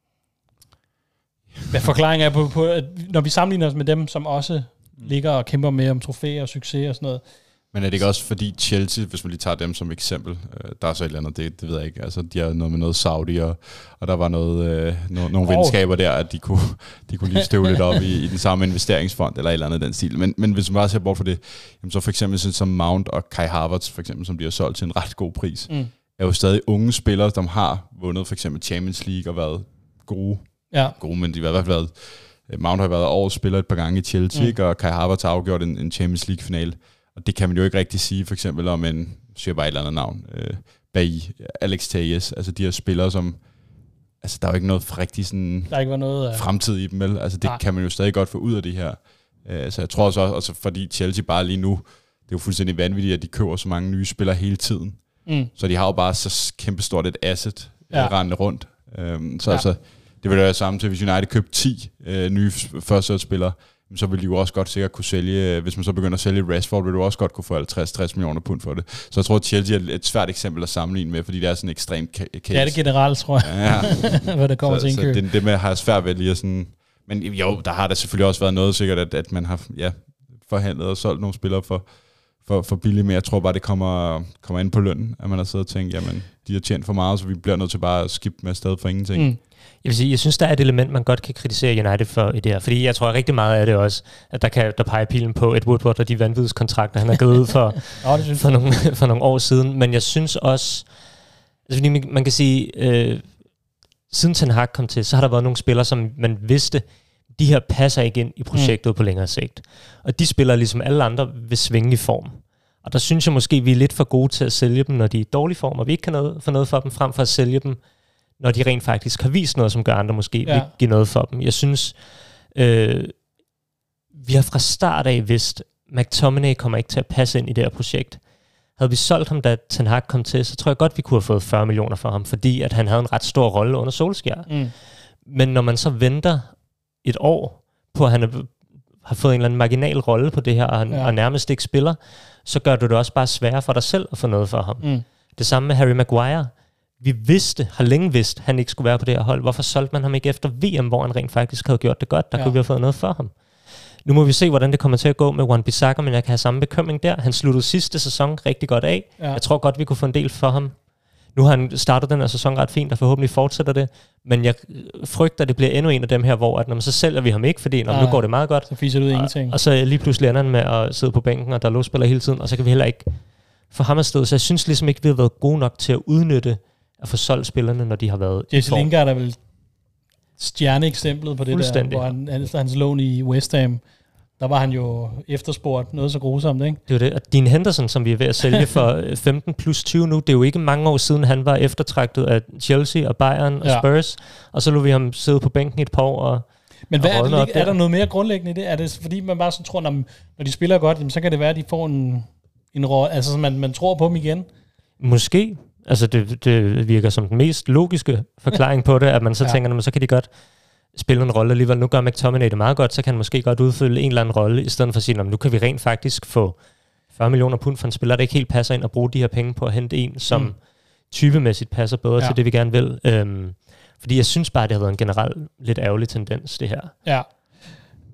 hvad forklaringen er på, på, at når vi sammenligner os med dem, som også ligger og kæmper med om trofæer og succes og sådan noget. Men er det ikke også fordi Chelsea, hvis man lige tager dem som eksempel, øh, der er så et eller andet, det, det ved jeg ikke, altså de har noget med noget Saudi, og, og der var noget, øh, no, nogle oh. venskaber der, at de kunne, de kunne lige støve lidt op i, i den samme investeringsfond, eller et eller andet den stil. Men, men hvis man bare ser bort for det, jamen, så for eksempel sådan som Mount og Kai Havertz, for eksempel, som de har solgt til en ret god pris, mm. er jo stadig unge spillere, som har vundet for eksempel Champions League og været gode, ja. gode men de har i hvert fald været, Mount har været årets spiller et par gange i Chelsea, mm. og Kai Havertz har afgjort en, en Champions League-finale. Og det kan man jo ikke rigtig sige, for eksempel om en, siger bare et eller andet navn, øh, Bailly, Alex Telles, altså de her spillere, som, altså der er jo ikke noget rigtig sådan der er ikke noget uh... fremtid i dem, vel? Altså det nej. Kan man jo stadig godt få ud af det her. Uh, altså jeg tror også, også, fordi Chelsea bare lige nu, det er jo fuldstændig vanvittigt, at de køber så mange nye spillere hele tiden. Mm. Så de har jo bare så kæmpestort et asset ja. rendende rundt. Um, så ja. altså, det vil jo være samme til, hvis United købte ti uh, nye førsteårsspillere, så vil de jo også godt sikkert kunne sælge, hvis man så begynder at sælge Rashford, vil du også godt kunne få halvtreds til tres millioner pund for det. Så jeg tror, at Chelsea er et svært eksempel at sammenligne med, fordi det er sådan en ekstrem case. Det er det generelt, tror jeg, ja. Hvad det kommer så, til indkøb. Så det, det med har jeg svært ved lige at sådan... Men jo, der har der selvfølgelig også været noget sikkert, at, at man har ja, forhandlet og solgt nogle spillere for, for, for billigt, men jeg tror bare, det kommer, kommer ind på lønnen, at man har siddet og tænkt, jamen, de har tjent for meget, så vi bliver nødt til bare at skippe med afsted for ingenting. Mm. Jeg vil sige, jeg synes, der er et element, man godt kan kritisere United for i det her, fordi jeg tror rigtig meget af det også, at der kan der peger pilen på Ed Woodward og de vanvidskontrakter, han har gået ud for, oh, for, nogle, for nogle år siden, men jeg synes også, altså, fordi man kan sige, øh, siden Ten Hag kom til, så har der været nogle spillere, som man vidste, de her passer ikke ind i projektet mm. på længere sigt, og de spillere ligesom alle andre vil svinge i form. Og der synes jeg måske, vi er lidt for gode til at sælge dem, når de er i dårlig form, og vi ikke kan noget, få noget for dem, frem for at sælge dem, når de rent faktisk har vist noget, som gør andre måske ja. vil give noget for dem. Jeg synes, øh, vi har fra start af vidst, McTominay kommer ikke til at passe ind i det her projekt. Havde vi solgt ham, da Ten Hag kom til, så tror jeg godt, vi kunne have fået fyrre millioner for ham, fordi at han havde en ret stor rolle under Solskjaer. Mm. Men når man så venter et år på, at han har fået en eller anden marginal rolle på det her, og, han, ja. og nærmest ikke spiller, så gør du det også bare sværere for dig selv at få noget for ham. Mm. Det samme med Harry Maguire. Vi vidste, har længe vidst, at han ikke skulle være på det her hold. Hvorfor solgte man ham ikke efter V M, hvor han rent faktisk havde gjort det godt? Der ja. kunne vi have fået noget for ham. Nu må vi se, hvordan det kommer til at gå med Wan-Bissaka, men jeg kan have samme bekymring der. Han sluttede sidste sæson rigtig godt af. Ja. Jeg tror godt, vi kunne få en del for ham. Nu har han startet den her sæson ret fint, og forhåbentlig fortsætter det. Men jeg frygter, at det bliver endnu en af dem her, hvor at, når man så sælger vi ham ikke, fordi når, ja. nu går det meget godt. Så fiser det ud af ingenting. Og, og så lige pludselig ender han med at sidde på bænken, og der låsspiller hele tiden, og så kan vi heller ikke få ham afsted. Så jeg synes ligesom ikke, vi har været gode nok til at udnytte at få solgt spillerne, når de har været Jesse Lingard er vel stjerneeksemplet på det der, hvor han, efter hans lån i West Ham, der var han jo efterspurgt noget så grusomt, ikke? Det er det. Og Dean Henderson, som vi er ved at sælge for femten plus tyve nu, det er jo ikke mange år siden, han var eftertragtet af Chelsea og Bayern og ja. Spurs, og så lå vi ham sidde på bænken et par år. Og, Men hvad og er, det, er der noget mere grundlæggende i det? Er det fordi, man bare så tror, når, når de spiller godt, jamen, så kan det være, at de får en, en rolle, altså så man, man tror på dem igen? Måske. Altså det, det virker som den mest logiske forklaring på det, at man så ja. tænker, så kan de godt spille en rolle alligevel. Nu gør McTominay det meget godt, så kan han måske godt udfylde en eller anden rolle, i stedet for at sige, nu kan vi rent faktisk få fyrre millioner pund for en spiller, der ikke helt passer ind, og bruge de her penge på at hente en, som mm. typemæssigt passer bedre ja. til det, vi gerne vil. Øhm, fordi jeg synes bare, det har været en generelt lidt ærgerlig tendens, det her. Ja.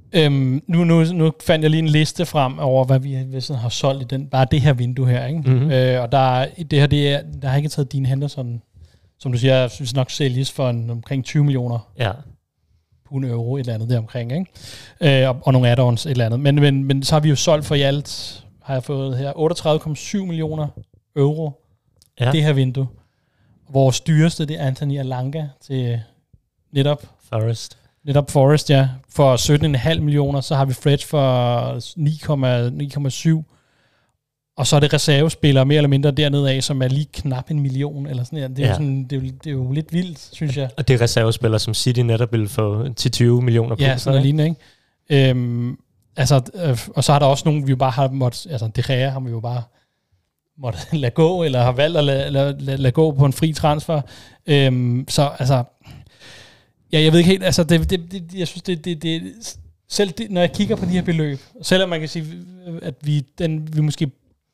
Øhm, nu, nu, nu fandt jeg lige en liste frem over, hvad vi hvis har solgt i den, bare det her vindue her, ikke? Mm-hmm. Øh, og der, det her, det er, der har ikke taget Dean Henderson, som du siger, synes nok sælges for en, omkring tyve millioner ja. pund euro, et eller andet der omkring, ikke? Øh, og, og nogle add-ons, et eller andet. Men, men, men så har vi jo solgt for i alt, har jeg fået her, otteogtredive komma syv millioner euro, ja. Det her vindue. Vores dyreste, det er Anthony Alanga til netop Forest. Netop Forest, ja. For sytten komma fem millioner, så har vi Fred for ni komma syv. Og så er det reservespillere mere eller mindre dernede af, som er lige knap en million. Eller sådan, ja. Det, er ja. sådan, det, er jo, det er jo lidt vildt, synes jeg. Og det er reservespillere, som City netop vil få til tyve millioner på. Ja, sådan er lignende, ikke? Øhm, altså, øh, og så har der også nogen, vi jo bare har måttet, altså De Gea har vi jo bare måtte lade gå, eller har valgt at lade, lade, lade, lade gå på en fri transfer. Øhm, så altså... Ja, jeg ved ikke helt, altså, det, det, det, jeg synes, det, det, det selv det, når jeg kigger på de her beløb, selvom man kan sige, at vi, den, vi måske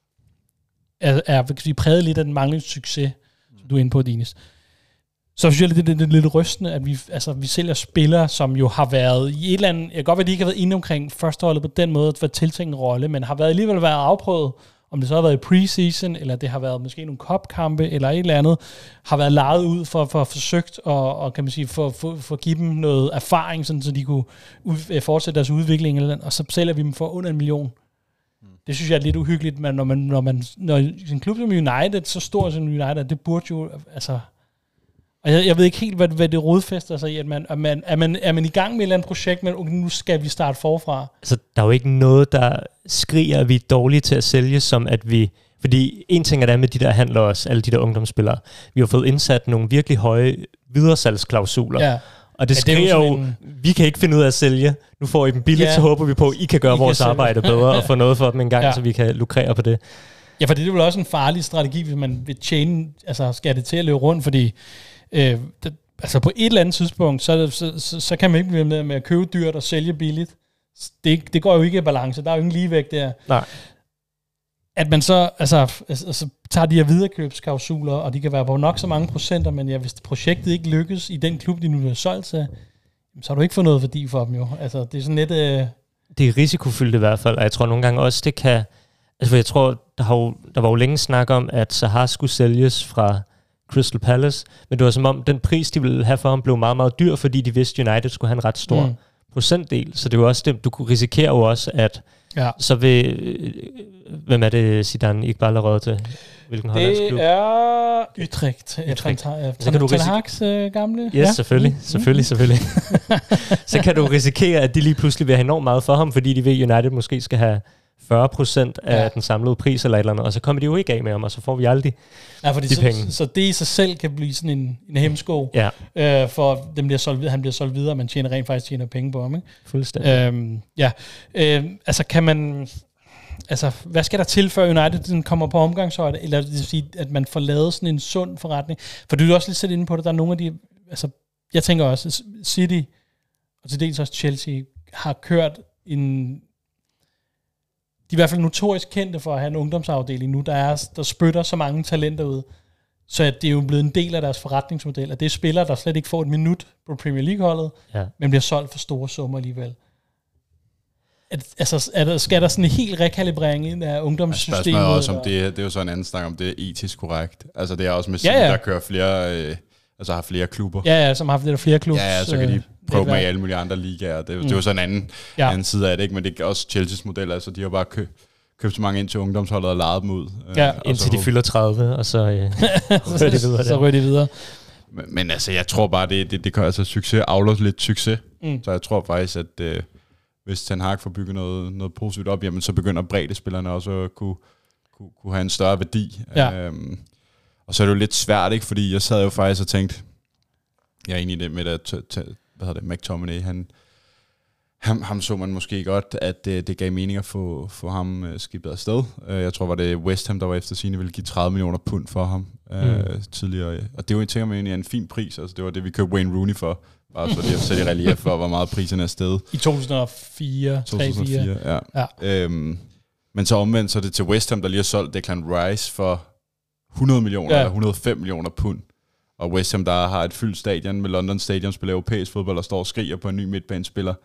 er, er kan sige, præget lidt af den manglende succes, som du er inde på, Dinis, så synes jeg, det er lidt, lidt rystende, at vi, altså, vi sælger spillere, som jo har været i et eller andet, jeg kan godt være, at de ikke har været inde omkring førsteholdet på den måde, at være tiltænkt en rolle, men har været alligevel været afprøvet, om det så har været i preseason, eller det har været måske nogle cup-kampe, eller et eller andet, har været lejet ud for, for forsøgt, og, og kan man sige, for, for, for at give dem noget erfaring, sådan, så de kunne ud, fortsætte deres udvikling, eller, og så sælger vi dem for under en million. Mm. Det synes jeg er lidt uhyggeligt, men når man, når man, når en klub som United, så stor som United, det burde jo, altså, og jeg, jeg ved ikke helt, hvad, hvad det rodfæster sig i, at man, at man, er, man, er man i gang med et eller andet projekt, men okay, nu skal vi starte forfra. Altså, der er jo ikke noget, der skriger, at vi er dårlige til at sælge, som at vi... Fordi en ting er der med de der handler også, alle de der ungdomsspillere. Vi har fået indsat nogle virkelig høje videresalgsklausuler. Ja. Og det ja, skriger det jo, en... vi kan ikke finde ud af at sælge. Nu får I dem billigt, ja. Så håber vi på, at I kan gøre I vores kan arbejde bedre og få noget for dem en gang, ja. Så vi kan lukrere på det. Ja, for det er vel også en farlig strategi, hvis man vil tjene, altså skal det til at løbe rundt, fordi øh, det, altså på et eller andet tidspunkt, så, så, så, så kan man ikke blive med, med at købe dyrt og sælge billigt. Det, det går jo ikke i balance, der er jo ingen ligevægt der. Nej. At man så altså, altså, tager de her viderekøbsklausuler, og de kan være på nok så mange procenter, men ja, hvis projektet ikke lykkes i den klub, de nu har solgt til, så har du ikke fået noget værdi for dem jo. Altså, det er sådan lidt... Øh... Det er risikofyldt i hvert fald, og jeg tror nogle gange også, det kan... Altså, for jeg tror, der, har jo, der var jo længe snak om, at Zaha skulle sælges fra Crystal Palace, men det var som om, den pris, de ville have for ham, blev meget, meget dyr, fordi de vidste, at United skulle have en ret stor mm. procentdel. Så det var også det, du kunne risikere jo også, at ja. Så vil... Øh, hvem er det, Zidane ikke bare har råd til? Hvilken hollandsk klub? Det er Utrecht. Utrecht. Så kan du Ten Hag's øh, gamle. Yes, ja, selvfølgelig. Mm. Selvfølgelig, selvfølgelig. Så kan du risikere, at de lige pludselig vil have enormt meget for ham, fordi de ved, at United måske skal have fyrre procent af ja. Den samlede pris eller et eller andet, og så kommer de jo ikke af med ham, og så får vi aldrig ja, fordi de så, penge. Så det i sig selv kan blive sådan en, en hemsko, ja. øh, for dem bliver solgt, han bliver solgt videre, og man tjener rent faktisk tjener penge på ham. Ikke? Fuldstændig. Øhm, ja, øh, altså kan man... Altså, hvad skal der til, før United den kommer på omgangshøjde, eller det vil sige, at man får lavet sådan en sund forretning? For du er også lidt sæt inde på det, der er nogle af de... Altså, jeg tænker også, City, og til dels også Chelsea, har kørt en... De er i hvert fald notorisk kendte for at have en ungdomsafdeling nu, der, er, der spytter så mange talenter ud. Så at det er jo blevet en del af deres forretningsmodel, at det er spillere, der slet ikke får et minut på Premier League-holdet, ja. Men bliver solgt for store summer alligevel. At, altså, er der, skal der sådan en helt rekalibrering ind af ungdomssystemet? Spørgsmålet er også, om det, det er jo så en anden snak, om det er etisk korrekt. Altså det er også med City, ja, ja. Der kører flere, øh, altså har flere klubber. Ja, ja, som har haft lidt flere klubber. Ja, ja, så kan de prøve med i alle mulige andre ligaer. Det, mm. det er jo sådan en anden, ja. anden side af det, ikke? Men det er også Chelseas model, altså de har bare kø, købt så mange ind til ungdomsholdet og lejet dem ud. Ja, øh, indtil de fylder tredive, og så øh, rører de videre. Så rører de videre. Men, men altså, jeg tror bare, det, det, det kan altså succes, afløse lidt succes. Mm. Så jeg tror faktisk, at... Øh, hvis Ten Hag får bygget noget, noget positivt op, jamen så begynder breddespillerne også at kunne, kunne, kunne have en større værdi. Ja. Øhm, og så er det jo lidt svært, ikke? Fordi jeg sad jo faktisk og tænkte, jeg er enig i det med, at t- t- hvad hedder det, McTominay, han, ham, ham så man måske godt, at det, det gav mening at få, få ham uh, skibet afsted. Uh, jeg tror, var det West Ham, der var efter sigende ville give tredive millioner pund for ham uh, mm. tidligere. Og det var, tænker man egentlig, en fin pris. Altså, det var det, vi købte Wayne Rooney for. Bare så det sætter i relief for, hvor meget priserne er steget. I to tusind og fire, to tusind og fire, ja. ja. Øhm, men så omvendt, så er det til West Ham, der lige har solgt Declan Rice for hundrede millioner, ja. Eller hundrede og fem millioner pund. Og West Ham, der har et fyldt stadion med London Stadion, spiller europæisk fodbold, og står og skriger på en ny midtbanespiller.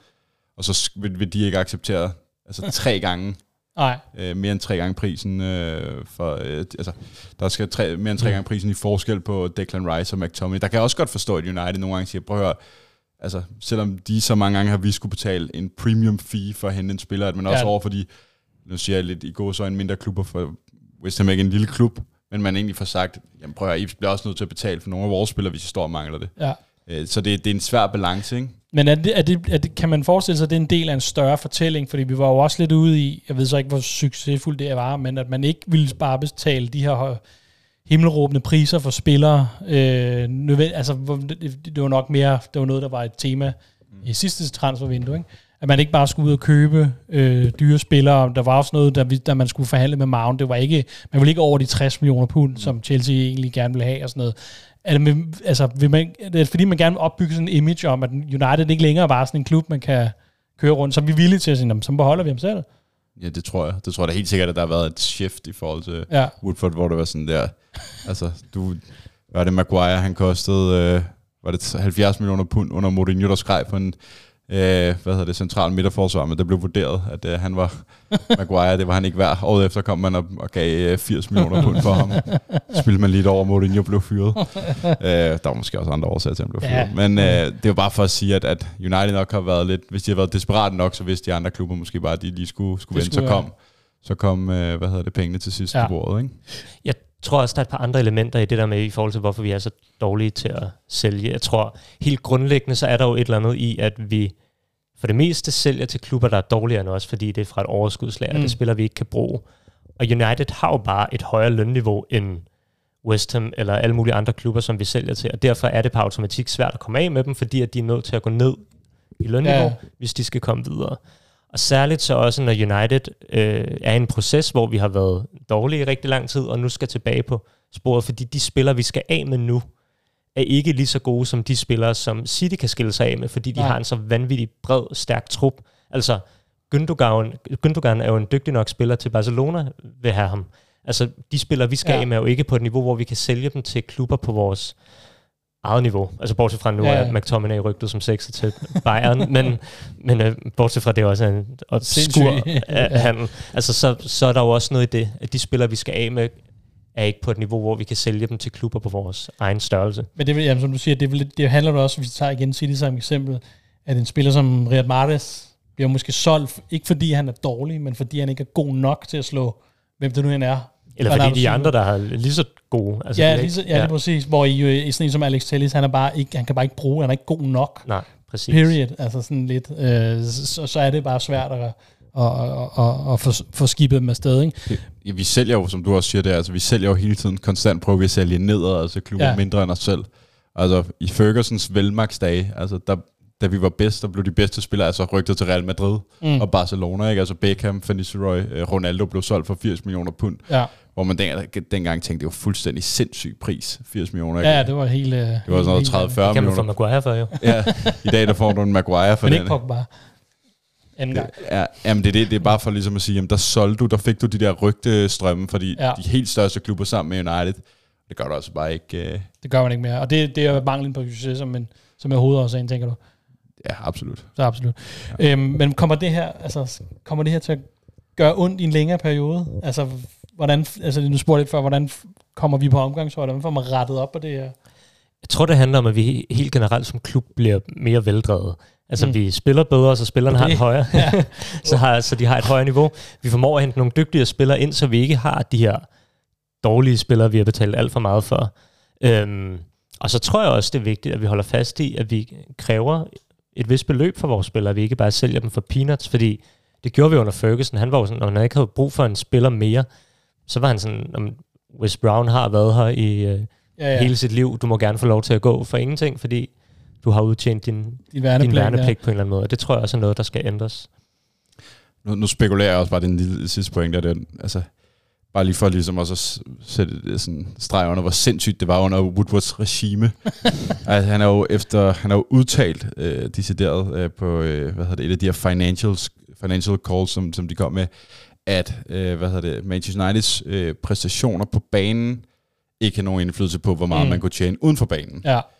og så vil, vil de ikke acceptere altså tre gange, Nej. Øh, mere end tre gange prisen, øh, for, øh, altså, der skal tre, mere end tre gange prisen i forskel på Declan Rice og McTominay. Der kan jeg også godt forstå, at United nogle gange siger, prøv at høre, altså, selvom de så mange gange har vi skulle betale en premium fee for at hente en spiller, men også ja. over for de, nu siger jeg lidt i gåseøjne, mindre klubber, for West Ham er ikke en lille klub, men man egentlig får sagt, jamen prøv at høre, I bliver også nødt til at betale for nogle af vores spillere, hvis I står og mangler det. Ja. Øh, så det, det er en svær balance, ikke? Men er det, er det, er det, kan man forestille sig, at det er en del af en større fortælling? Fordi vi var jo også lidt ude i, jeg ved så ikke, hvor succesfuldt det var, men at man ikke ville bare betale de her himmelråbende priser for spillere. Øh, nødvendig, altså, det, det var nok mere, det var noget, der var et tema mm. i sidste transfervindue, ikke? At man ikke bare skulle ud og købe øh, dyre spillere. Der var også noget, der, der man skulle forhandle med Mount. Det var ikke, man ville ikke over de tres millioner pund, mm. som Chelsea egentlig gerne ville have og sådan noget. Er det, med, altså, vil man, det er fordi, man gerne vil opbygge sådan en image om, at United ikke længere var sådan en klub, man kan køre rundt, så er vi villige til at sige, så beholder vi ham selv. Ja, det tror jeg. Det tror jeg da helt sikkert, at der har været et shift i forhold til ja. Woodford, hvor det var sådan der, altså, du, var det Maguire, han kostede, øh, var det halvfjerds millioner pund under Mourinho, der skreg på en, øh, hvad hedder det, central midterforsvar, men det blev vurderet, at øh, han var Maguire, det var han ikke værd. Året efter kom man og, og gav øh, firs millioner pund for ham. Spillede man lidt over, Mourinho blev fyret. øh, der var måske også andre årsager til, at han blev fyret. Ja. Men øh, det var bare for at sige, at, at United nok har været lidt, hvis de har været desperate nok, så vidste de andre klubber måske bare, at de lige skulle, skulle vente, så kom, så kom øh, hvad hedder det, pengene til sidst ja. på bordet, ikke? Jeg tror også, der er et par andre elementer i det der med, i forhold til, hvorfor vi er så dårlige til at sælge. Jeg tror, helt grundlæggende, så er der jo et eller andet i, at vi for det meste sælger til klubber, der er dårligere end os, fordi det er fra et overskudslager, mm. det spiller vi ikke kan bruge. Og United har jo bare et højere lønniveau end West Ham eller alle mulige andre klubber, som vi sælger til, og derfor er det på automatik svært at komme af med dem, fordi at de er nødt til at gå ned i lønniveau, ja. hvis de skal komme videre. Og særligt så også, når United øh, er i en proces, hvor vi har været dårlige i rigtig lang tid, og nu skal tilbage på sporet, fordi de spillere, vi skal af med nu, er ikke lige så gode som de spillere, som City kan skille sig af med, fordi de ja. har en så vanvittig bred, stærk trup. Altså, Gündogan, Gündogan er jo en dygtig nok spiller til Barcelona, vil have ham. Altså, de spillere, vi skal ja. af med, er jo ikke på et niveau, hvor vi kan sælge dem til klubber på vores eget niveau. Altså, bortset fra nu ja, ja. er McTominay rygtet som sekser til Bayern, men, men øh, bortset fra det er også en skur af handel. Altså, så, så er der jo også noget i det, at de spillere, vi skal af med, er ikke på et niveau, hvor vi kan sælge dem til klubber på vores egen størrelse. Men det vil, jamen, som du siger, det, vil, det handler jo også, hvis vi tager igen City som eksempel, at en spiller som Riyad Mahrez bliver måske solgt, ikke fordi han er dårlig, men fordi han ikke er god nok til at slå, hvem det nu end er. Eller fordi de andre, der har lige så gode. Altså, ja, lige så, ja, ja, det er præcis. Hvor i, i sådan en som Alex Telles, han, er bare ikke, han kan bare ikke bruge, han er ikke god nok. Nej, præcis. Period. Altså sådan lidt. Øh, så, så er det bare svært at og, og, og, og få, få skibet dem afsted, ikke? Ja, vi sælger jo, som du også siger det, altså vi sælger jo hele tiden konstant, prøver vi at sælge nedad, altså klubber ja. mindre end os selv. Altså i Fergusons velmagsdage, altså der, da vi var bedst, der blev de bedste spillere altså rygtet til Real Madrid mm. og Barcelona, ikke? Altså Beckham, Van Nistelrooy, Ronaldo blev solgt for firs millioner pund, ja. hvor man dengang, dengang tænkte, det var fuldstændig sindssyg pris, firs millioner. Ikke? Ja, det var helt... Det var sådan noget tredive til fyrre millioner. Det kan man få Maguire for, jo. Ja, i dag der får du en Maguire for men den. Men ikke Pogba. Ja, jamen det er det, det er bare for ligesom at sige, jamen der solgte du, der fik du de der rygtestrømme, fordi ja. de helt største klubber sammen med United, det gør du altså bare ikke. Uh... Det gør man ikke mere, og det, det er manglen på succes, som, en, som er hovedårsagen, tænker du? Ja, absolut. Så absolut. Ja. Øhm, men kommer det her, altså kommer det her til at gøre ondt i en længere periode? Altså hvordan, altså nu spurgte jeg lidt før, hvordan kommer vi på omgangshold, hvordan får man rettet op på det her? Jeg tror, det handler om, at vi helt generelt som klub bliver mere veldrevet. Altså, mm. vi spiller bedre, så spillerne okay. har et højere. Ja. så, har, så de har et højere niveau. Vi formår at hente nogle dygtige spillere ind, så vi ikke har de her dårlige spillere, vi har betalt alt for meget for. Øhm, og så tror jeg også, det er vigtigt, at vi holder fast i, at vi kræver et vist beløb for vores spillere, at vi ikke bare sælger dem for peanuts, fordi det gjorde vi under Ferguson. Han var jo sådan, når han ikke havde brug for en spiller mere, så var han sådan, om Wes Brown har været her i øh, ja, ja. hele sit liv, du må gerne få lov til at gå for ingenting, fordi du har udtjent din, din værnepligt, din værnepligt ja. på en eller anden måde. Og det tror jeg også er noget, der skal ændres. Nu, nu spekulerer jeg også bare den lille sidste point, der det, altså, bare lige for ligesom også at sætte sådan streg under, hvor sindssygt det var under Woodwards regime. altså, han er jo efter, han er jo udtalt øh, decideret øh, på øh, hvad hedder det, et af de her financials, financial calls, som, som de kom med, at øh, hvad hedder det, Manchester Uniteds øh, præstationer på banen ikke har nogen indflydelse på, hvor meget mm. man kunne tjene uden for banen. Ja.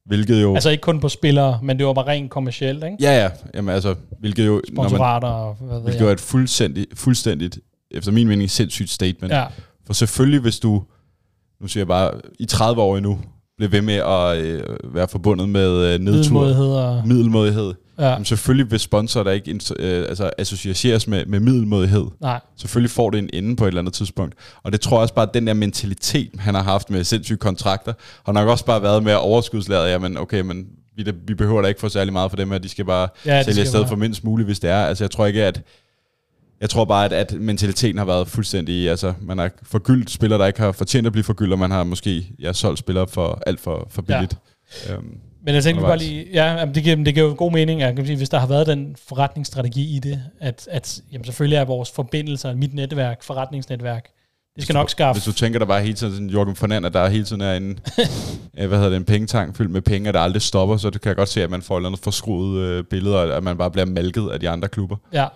Hvilket jo... Altså ikke kun på spillere, men det var bare rent kommercielt, ikke? Ja, ja. Jamen altså, hvilket jo... Sponsorater og hvad ved Hvilket jo er et fuldstændig, fuldstændigt, efter min mening, sindssygt statement. Ja. For selvfølgelig, hvis du, nu siger jeg bare, i tredive år endnu, bliver ved med at øh, være forbundet med øh, nedtur, middelmådighed, og... middelmådighed. Ja. Jamen, selvfølgelig vil sponsorer, der ikke øh, altså, associeres med, med middelmådighed, Nej. selvfølgelig får det en ende på et eller andet tidspunkt. Og det tror jeg også bare, at den der mentalitet, han har haft med sindssyge kontrakter, har nok også bare været med at overskudslære, jamen okay, men vi, vi behøver da ikke få særlig meget for dem, at de skal bare ja, sælge afsted for mindst muligt, hvis det er. Altså jeg tror ikke, at Jeg tror bare, at, at mentaliteten har været fuldstændig... Altså, man har forgyldt spillere, der ikke har fortjent at blive forgyldt, og man har måske ja, solgt spillere for alt for, for billigt. Ja. Øhm, Men jeg tænker bare lige... Ja, det giver, det giver jo god mening, jeg kan sige, hvis der har været den forretningsstrategi i det, at, at jamen, selvfølgelig er vores forbindelser, mit netværk, forretningsnetværk, det skal du, nok skaffe... Hvis du tænker, der bare hele tiden sådan Jorgen Fernand, der hele tiden er en, hvad hedder det, en pengetank fyldt med penge, der aldrig stopper, så det kan jeg godt se, at man får et eller andet forskruet øh, billeder, at man bare bliver malket af de andre klubber. Ja.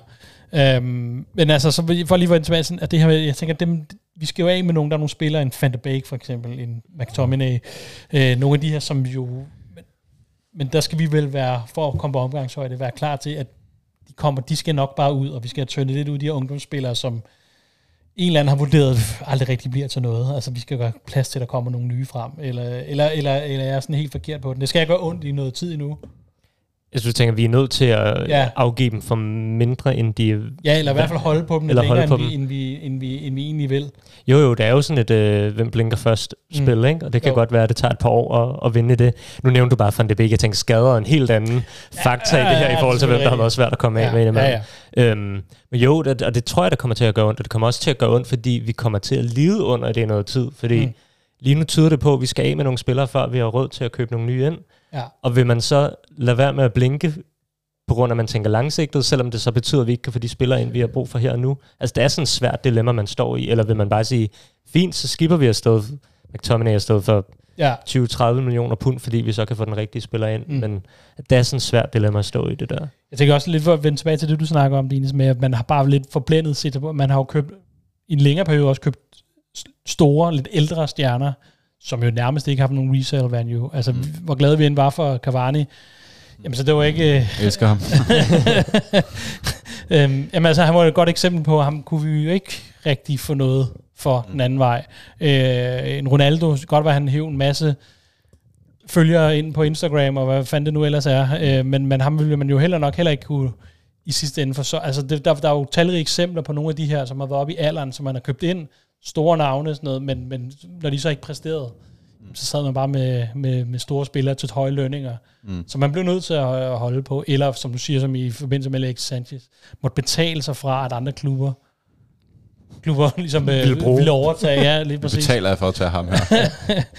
Øhm, men altså, så for lige at tilbage sådan, at det her, jeg tænker, dem, vi skal jo af med nogen, der er nogle spillere, en Van de Beek for eksempel, en McTominay, øh, nogle af de her, som jo, men, men der skal vi vel være, for at komme på omgangshøjde, være klar til, at de kommer, de skal nok bare ud, og vi skal have tøndet lidt ud de her ungdomsspillere, som en eller anden har vurderet, aldrig rigtig bliver til noget. Altså, vi skal gøre plads til, at der kommer nogle nye frem, eller, eller, eller, eller jeg er sådan helt forkert på den. Det skal jeg gøre ondt i noget tid endnu. Jeg synes, du tænker, at vi er nødt til at ja. afgive dem for mindre, end de... Ja, eller i hvert fald holde på dem lidt længere, end vi, end, vi, end, vi, end vi egentlig vil. Jo, jo, det er jo sådan et, øh, hvem blinker først spil, mm. ikke? Og det kan jo. godt være, at det tager et par år at, at vinde i det. Nu nævnte du bare Van de Beek, jeg tænker, skader en helt anden fakta ja, i det her, ja, i forhold til, hvem der har været svært at komme af ja, med. Ja, ja. Øhm, men jo, det, og det tror jeg, der kommer til at gøre ondt, og det kommer også til at gøre ondt, fordi vi kommer til at lide under det i noget tid, fordi mm. lige nu tyder det på, at vi skal af med nogle spillere, før vi har råd til at købe nogle nye ind. Ja. Og vil man så lade være med at blinke, på grund af, at man tænker langsigtet, selvom det så betyder, at vi ikke kan få de spillere ind, vi har brug for her og nu. Altså, det er sådan et svært dilemma, man står i. Eller vil man bare sige, fint, så skipper vi afsted. McTominay er afsted for ja. tyve til tredive millioner pund, fordi vi så kan få den rigtige spiller ind. Mm. Men det er sådan et svært dilemma at stå i det der. Jeg tænker også lidt for at vende tilbage til det, du snakker om, Dines, med at man har bare lidt forblændet set. Man har jo købt, i en længere periode også købt store, lidt ældre stjerner, som jo nærmest ikke har nogen resale value. Altså, mm. hvor glade vi end var for Cavani. Jamen, så det var ikke... Jeg elsker ham. øhm, jamen, altså, han var et godt eksempel på, ham kunne vi jo ikke rigtig få noget for mm. den anden vej. Øh, en Ronaldo, godt var han hæv en masse følgere ind på Instagram, og hvad fanden det nu ellers er. Øh, men, men ham ville man jo heller nok heller ikke kunne i sidste ende for så... Altså, det, der, der er jo talrige eksempler på nogle af de her, som har været oppe i alderen, som man har købt ind, store navne og sådan noget, men, men når de så ikke præsterede, mm. så sad man bare med, med, med store spillere til høje lønninger. Mm. Så man blev nødt til at, at holde på, eller som du siger, som i forbindelse med Alexis Sanchez, måtte betale sig fra, at andre klubber klubber ligesom ville, øh, ville overtage. Ja, lige præcis. Betaler jeg for at tage ham her.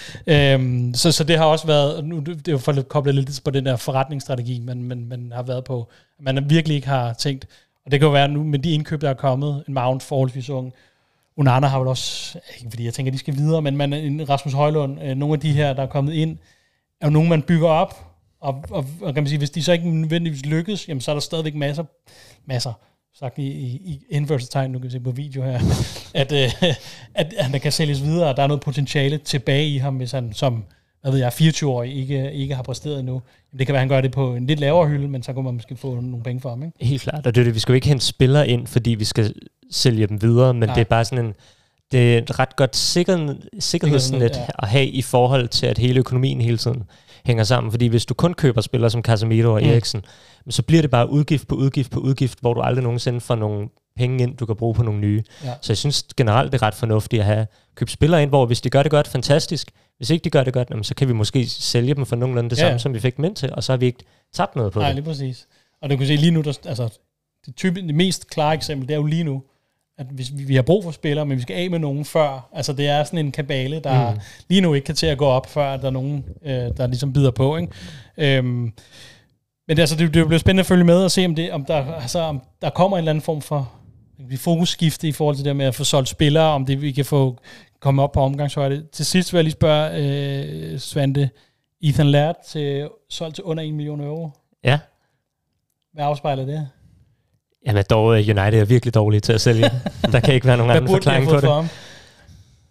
øhm, så, så det har også været, nu det er jo for at koble lidt på den der forretningsstrategi, man, man, man har været på, man virkelig ikke har tænkt, og det kan jo være nu med de indkøb, der er kommet, en Mount forholdsvis ung, Onana har vel også, ikke fordi jeg tænker, de skal videre, men man, Rasmus Højlund, øh, nogle af de her, der er kommet ind, er jo nogen, man bygger op, og, og, og kan man sige, hvis de så ikke nødvendigvis lykkes, jamen så er der stadigvæk masser, masser, sagt i, i, i inverse-tegn, nu kan vi se på video her, at, øh, at, at han kan sælges videre, og der er noget potentiale tilbage i ham, hvis han som, hvad ved jeg, fireogtyve-årig ikke, ikke har præsteret endnu. Det kan være, han gør det på en lidt lavere hylde, men så kunne man måske få nogle penge for ham, ikke? Helt klart, og det er det, vi skal jo ikke hente spillere ind, fordi vi skal sælge dem videre, men Nej. det er bare sådan en, det er et ret godt sikker, sikkerhedsnet ja. at have i forhold til, at hele økonomien hele tiden hænger sammen, fordi hvis du kun køber spillere som Casemiro og mm. Eriksen, så bliver det bare udgift på udgift på udgift, hvor du aldrig nogensinde får nogle penge ind, du kan bruge på nogle nye. Ja. Så jeg synes generelt, det er ret fornuftigt at have købt spillere ind, hvor hvis de gør det godt, fantastisk. Hvis ikke de gør det godt, så kan vi måske sælge dem for nogenlunde det ja. samme, som vi fik dem ind til, og så har vi ikke tabt noget på Nej, det. Nej, lige præcis. Og du kan se lige nu, der, altså det, type, det mest klare eksempel, det er jo lige nu, at hvis vi, vi har brug for spillere, men vi skal af med nogen før. Altså det er sådan en kabale, der mm. lige nu ikke kan til at gå op, før der er nogen, øh, der ligesom bider på, ikke? Øhm, men det, altså, det, det bliver spændende at følge med og se, om, det, om, der, altså, om der kommer en eller anden form for fokusskifte i forhold til det med at få solgt spillere, om det vi kan få komme op på omgangshøjde. Til sidst vil jeg lige spørge øh, Svante, Ethan Laird til solgt til under en million euro. Ja. Hvad afspejler det? Jamen dog, United er virkelig dårlige til at sælge. Der kan ikke være nogen anden forklaring på det.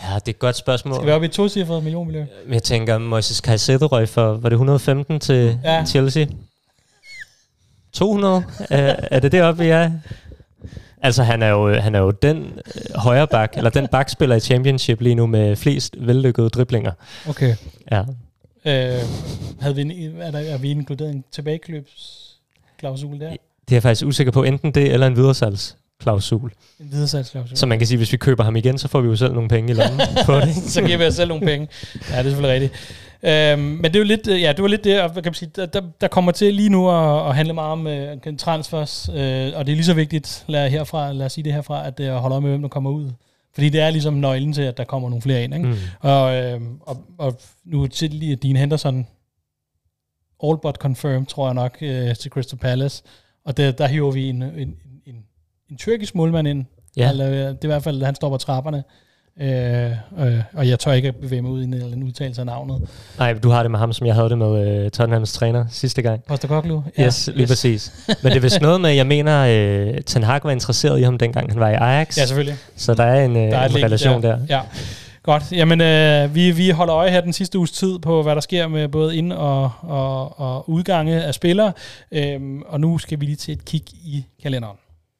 Ja, det er et godt spørgsmål. Skal vi op i et tocifret millionbeløb? Jeg tænker, Moises Caicedo røg for, var det et hundrede og femten til ja. Chelsea? to hundrede? er, er det deroppe, vi er? Altså, han er jo, han er jo den højre bak, eller den bakspiller i Championship lige nu med flest vellykkede driblinger. Okay. Ja. Øh, havde vi en, er, der, er vi inkluderet en tilbageløbsklausul der? Det er jeg faktisk usikker på, enten det eller en videresalgsklausul. En videresalgsklausul. Så man kan sige, hvis vi køber ham igen, så får vi jo selv nogle penge i lommen på det. Så giver vi os selv nogle penge. Ja, det er selvfølgelig rigtigt. Øhm, men det er jo lidt, ja, det var lidt det, og kan man sige, der, der, der kommer til lige nu at, at handle meget om uh, transfers, uh, og det er lige så vigtigt, lad, herfra, lad os sige det herfra, at uh, holde øje med, hvem der kommer ud. Fordi det er ligesom nøglen til, at der kommer nogle flere ind. Ikke? Mm. Og, øh, og, og nu til lige Dean Henderson, all but confirmed, tror jeg nok, øh, til Crystal Palace. Og der, der hiver vi en, en, en, en tyrkisk målmand ind. Ja. Eller, det er i hvert fald, han står på trapperne. Øh, øh, og jeg tør ikke at bevæge mig ud i en, en udtalelse af navnet. Nej, du har det med ham, som jeg havde det med uh, Tottenhams træner sidste gang. Postecoglou? Ja, yes, lige yes. præcis. Men det er vist noget med, jeg mener, uh, Ten Hag var interesseret i ham, dengang han var i Ajax. Ja, selvfølgelig. Så der er en, uh, der er en relation der. der. Ja. Godt. Jamen, øh, vi, vi holder øje her den sidste uges tid på, hvad der sker med både ind- og, og, og udgange af spillere. Øhm, og nu skal vi lige til et kig i kalenderen.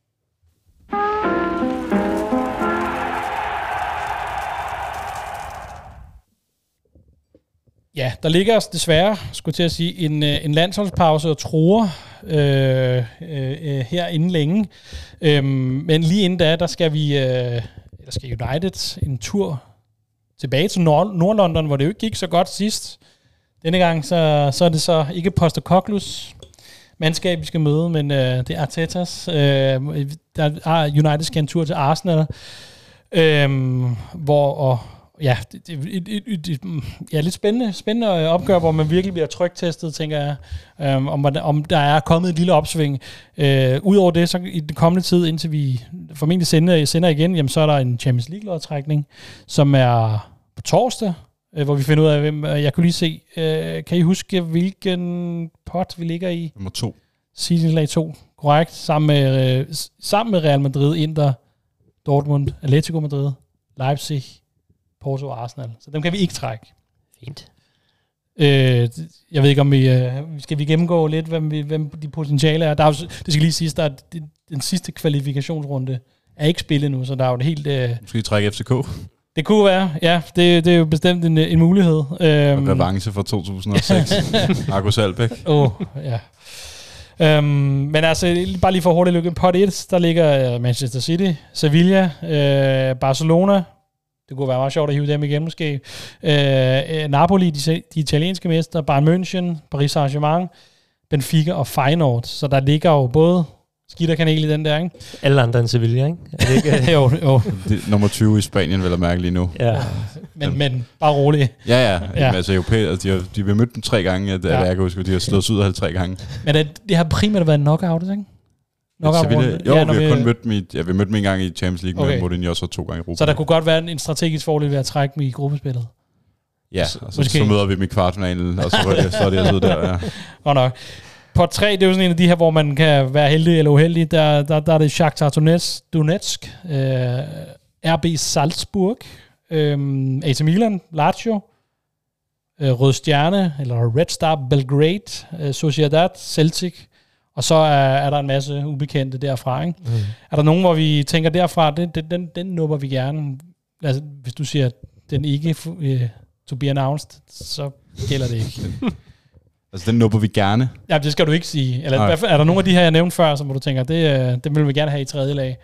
Ja, der ligger os desværre, skulle til at sige, en, en landsholdspause og truer øh, øh, her inden længe. Øhm, men lige inden da, der skal vi, øh, der skal United en tur tilbage til Nord- Nordlondon, hvor det jo ikke gik så godt sidst. Denne gang, så, så er det så ikke Postecoglou's mandskab, vi skal møde, men øh, det er Artetas. Øh, der er United skal en tur til Arsenal, øh, hvor... Og, Ja, det, det, det, det, det, ja, lidt spændende, spændende opgør, hvor man virkelig bliver trygtestet, tænker jeg, øhm, om, om der er kommet et lille opsving. Øh, Udover det, så i den kommende tid, indtil vi formentlig sender, sender igen, jamen, så er der en Champions League-lodtrækning, som er på torsdag, øh, hvor vi finder ud af, hvem jeg kunne lige se. Øh, kan I huske, hvilken pot vi ligger i? Nummer to. Seeding to, korrekt. Sammen med, øh, sammen med Real Madrid, Inter, Dortmund, Atletico Madrid, Leipzig, Porto og Arsenal. Så dem kan vi ikke trække. Fint. Øh, jeg ved ikke, om vi... Øh, skal vi gennemgå lidt, hvem, vi, hvem de potentiale er? Der er jo, det skal lige siges, at den sidste kvalifikationsrunde er ikke spillet nu, så der er jo det helt... Øh, Måske trække F C K. Det kunne være, ja. Det, det er jo bestemt en, en mulighed. Øhm, og revanche fra to tusind og seks. Markus Albeck. Åh, oh, ja. Øhm, men altså, bare lige for hurtigt lykke. Pot et, der ligger Manchester City, Sevilla, øh, Barcelona. Det kunne være meget sjovt at hive dem igen måske. Øh, Napoli, de, de italienske mester, Bayern München, Paris Saint-Germain, Benfica og Feyenoord. Så der ligger jo både skidt og kanel i den der, ikke? Alle andre end Sevilla, ikke? Er det ikke? jo, jo. Det er nummer tyve i Spanien, vil jeg mærke lige nu. Ja. men, men bare roligt. Ja, ja. ja. Jamen, altså, europæer, altså, de har, de har mødt dem tre gange, at, ja. jeg kan huske, de har slået ud af tre gange. Men det, det har primært været knockout, ikke? Sevilla, jo, ja, vi har vi kun mødt dem, i, ja, vi mødte dem en gang i Champions League, okay. Med Mourinho og så to gange i Europa. Så der kunne godt være en strategisk fordel ved at trække dem i gruppespillet? Ja, og så, så møder vi dem i kvartfinalen, og så står de altså der, ja. Godt nok. Pot tre, det er jo sådan en af de her, hvor man kan være heldig eller uheldig. Der, der, der er det Shakhtar Donetsk, øh, R B Salzburg, øh, A C Milan, Lazio, øh, Rød Stjerne, eller Red Star Belgrade, øh, Sociedad, Celtic. Og så er, er der en masse ubekendte derfra, ikke? Mm. Er der nogen, hvor vi tænker derfra, den, den, den, den nupper vi gerne. Altså, hvis du siger, at den ikke uh, to be announced, så gælder det ikke. Altså, den nupper vi gerne? Ja, det skal du ikke sige. Eller er, er der nogen af de her, jeg nævnte før, som du tænker, det, uh, det vil vi gerne have i tredje lag?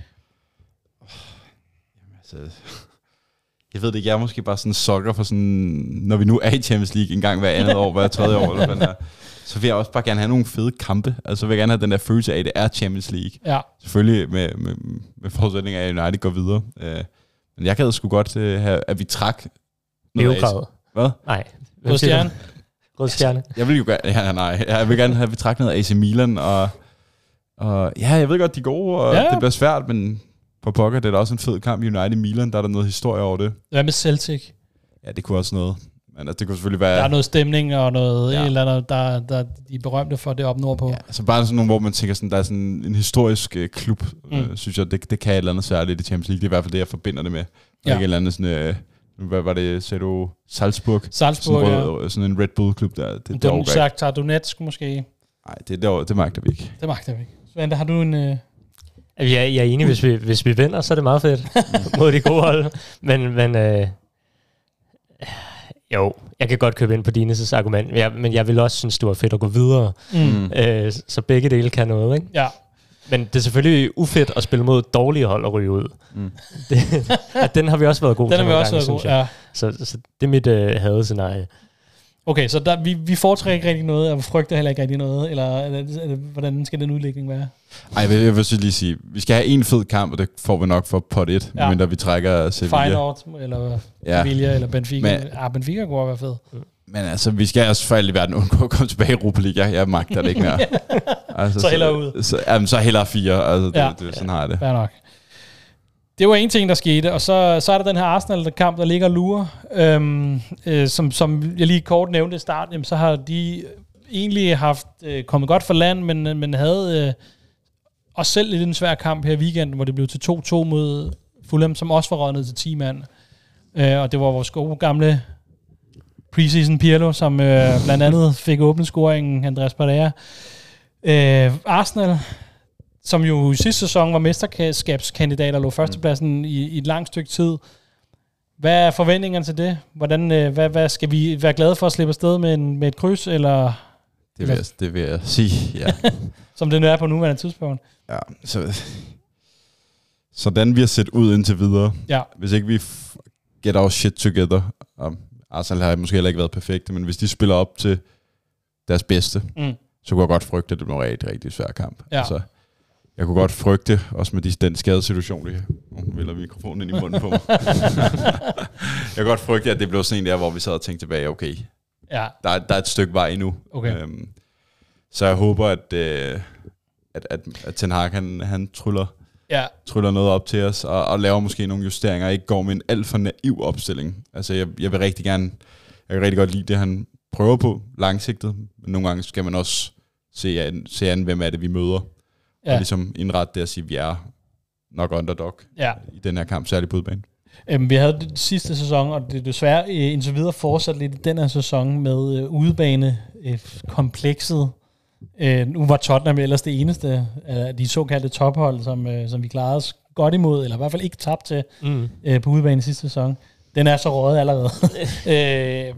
Jamen, altså... Jeg ved det ikke, jeg er måske bare sådan en sokker for sådan... Når vi nu er i Champions League en gang hver andet år, hver tredje år, eller hvad så vil jeg også bare gerne have nogle fede kampe. Altså vil jeg gerne have den der følelse af, at det er Champions League. Ja. Selvfølgelig med, med, med forudsætning af, at United går videre. Uh, men jeg gad sgu godt uh, have, at vi trak noget af. Hvad? Nej. Rød Stjerne. Rød Stjerne. Jeg vil jo gerne... Ja, nej. Jeg vil gerne have, at vi trak noget af A C Milan. Og, og ja, jeg ved godt, de er gode, og ja. Det bliver svært, men på pokker, det er da også en fed kamp i United-Milan. Der er der noget historie over det. Hvad med Celtic? Ja, det kunne også noget. Men altså, det kunne selvfølgelig være... Der er noget stemning og noget, ja. Eller andet, der, der de er berømte for det op nordpå. Ja, altså bare sådan nogle, hvor man tænker, sådan, der er sådan en historisk øh, klub, mm. øh, synes jeg, det, det kan et eller andet særligt i Champions League. Det er i hvert fald det, jeg forbinder det med. Ja. Ikke et eller andet sådan... Øh, hvad var det, sagde du? Salzburg? Salzburg, sådan, ja. rød, sådan en Red Bull-klub der. Det, det var Shakhtar Donetsk måske. Nej, det, det, det magter vi ikke. Det magter vi ikke. Svante, har du en... Øh... Jeg, jeg er enig, hvis vi, hvis vi vinder, så er det meget fedt mod de gode hold. Men, men øh, jo, jeg kan godt købe ind på Dines argument, men jeg, men jeg vil også synes, det var fedt at gå videre. Mm. Øh, så begge dele kan noget, ikke? Ja. Men det er selvfølgelig ufedt at spille mod dårlige hold og ryge ud. Mm. Det, at den har vi også været gode til. Den har vi også gange, været gode, ja. Så, så det er mit øh, hadescenarie. Okay, så der, vi, vi foretrækker ikke rigtig noget, og vi frygter heller ikke rigtig noget, eller, eller, eller hvordan skal den udlægning være? Ej, jeg vil, jeg vil lige sige, vi skal have en fed kamp, og det får vi nok for pot et, ja. Medmindre vi trækker Sevilla. Feyenoord, eller ja. Sevilla, eller Benfica. Men, ah, Benfica kunne være fed. Men altså, vi skal også for alt i verden undgå at komme tilbage i Europa League. Jeg, jeg magter det ikke mere. Altså, så hellere ud. Så, jamen, så hellere fire. Altså, det, ja. det, sådan har jeg det. Fair nok. Det var en ting, der skete, og så, så er der den her Arsenal-kamp, der ligger og lurer. Øhm, øh, som, som jeg lige kort nævnte i starten, jamen, så har de egentlig haft øh, kommet godt for land, men, men havde øh, også selv lidt en svær kamp her i weekenden, hvor det blev til to to mod Fulham, som også var røget ned til ti mand. Øh, og det var vores gode gamle preseason Pirlo, som øh, blandt andet fik åbnet scoringen, Andreas Pereira. Øh, Arsenal, som jo i sidste sæson var mesterskabskandidat og lå førstepladsen i, i et langt stykke tid. Hvad er forventningerne til det? Hvordan, øh, hvad, hvad skal vi være glade for at slippe afsted med, en, med et kryds, eller... Det vil, jeg, det vil jeg sige, ja. Som det nu er på nuværende tidspunkt. Ja, så... Sådan vi har set ud indtil videre. Ja. Hvis ikke vi f- get our shit together, um, Arsenal har måske heller ikke været perfekte, men hvis de spiller op til deres bedste, mm. så kunne jeg godt frygte, at det bliver en rigtig, rigtig svær kamp. Ja. Altså, jeg kunne godt frygte, også med de, den skadesituation, nu vælger mikrofonen ind i munden på mig. Jeg kunne godt frygte, at det blev sådan en der, hvor vi sad og tænkte tilbage, okay, ja. der, der er et stykke vej endnu. Okay. Um, så jeg håber, at, uh, at, at, at Ten Hag, han, han tryller, ja. tryller noget op til os, og, og laver måske nogle justeringer, og ikke går med en alt for naiv opstilling. Altså, jeg, jeg vil rigtig gerne, jeg kan rigtig godt lide det, han prøver på langsigtet, men nogle gange skal man også se an, se an hvem er det, vi møder. Ja. Og ligesom indrette det og sige, at vi er nok underdog ja. i den her kamp, særligt på udbanen. Øhm, vi havde det sidste sæson, og det er desværre øh, indtil videre fortsat lidt i den her sæson med øh, udebane øh, komplekset. Øh, nu var Tottenham ellers det eneste af de såkaldte tophold, som, øh, som vi klarede os godt imod, eller i hvert fald ikke tabt til mm. øh, på udebane sidste sæson. Den er så røget allerede. øh,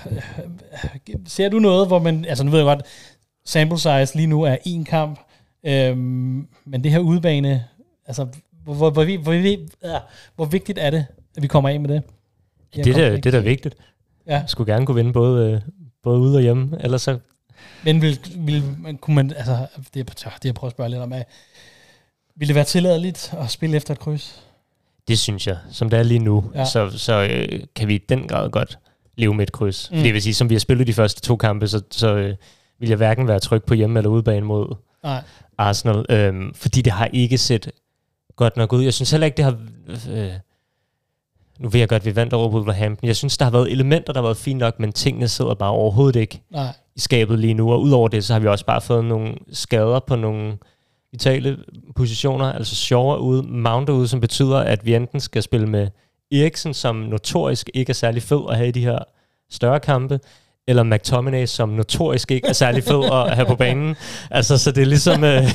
ser du noget, hvor man... Altså nu ved jeg godt, sample size lige nu er én kamp, Øhm, men det her udebane, altså, hvor, hvor, hvor, hvor, hvor, hvor vigtigt er det, at vi kommer af med det? Det er da, det er da vigtigt. Ja. Jeg skulle gerne kunne vinde både, både ude og hjemme, ellers så... Men vil, vil, kunne man, altså, det er, det jeg prøver at spørge lidt om, vil det være tilladeligt at spille efter et kryds? Det synes jeg, som det er lige nu, ja. så, så øh, kan vi i den grad godt leve med et kryds. Mm. Det vil sige, som vi har spillet de første to kampe, så, så øh, vil jeg hverken være tryg på hjemme- eller udebane mod... Nej. Arsenal, øhm, fordi det har ikke set godt nok ud. Jeg synes heller ikke, det har... Øh, nu ved jeg godt, at vi vandt over Wolverhampton. Jeg synes, der har været elementer, der har været fint nok, men tingene sidder bare overhovedet ikke Nej. i skabet lige nu. Og udover det, så har vi også bare fået nogle skader på nogle vitale positioner. Altså Shaw ude, Mount ude, som betyder, at vi enten skal spille med Eriksen, som notorisk ikke er særlig fed at have i de her større kampe, eller McTominay, som notorisk ikke er særlig fed at have på banen. Altså, så det er ligesom... Øh,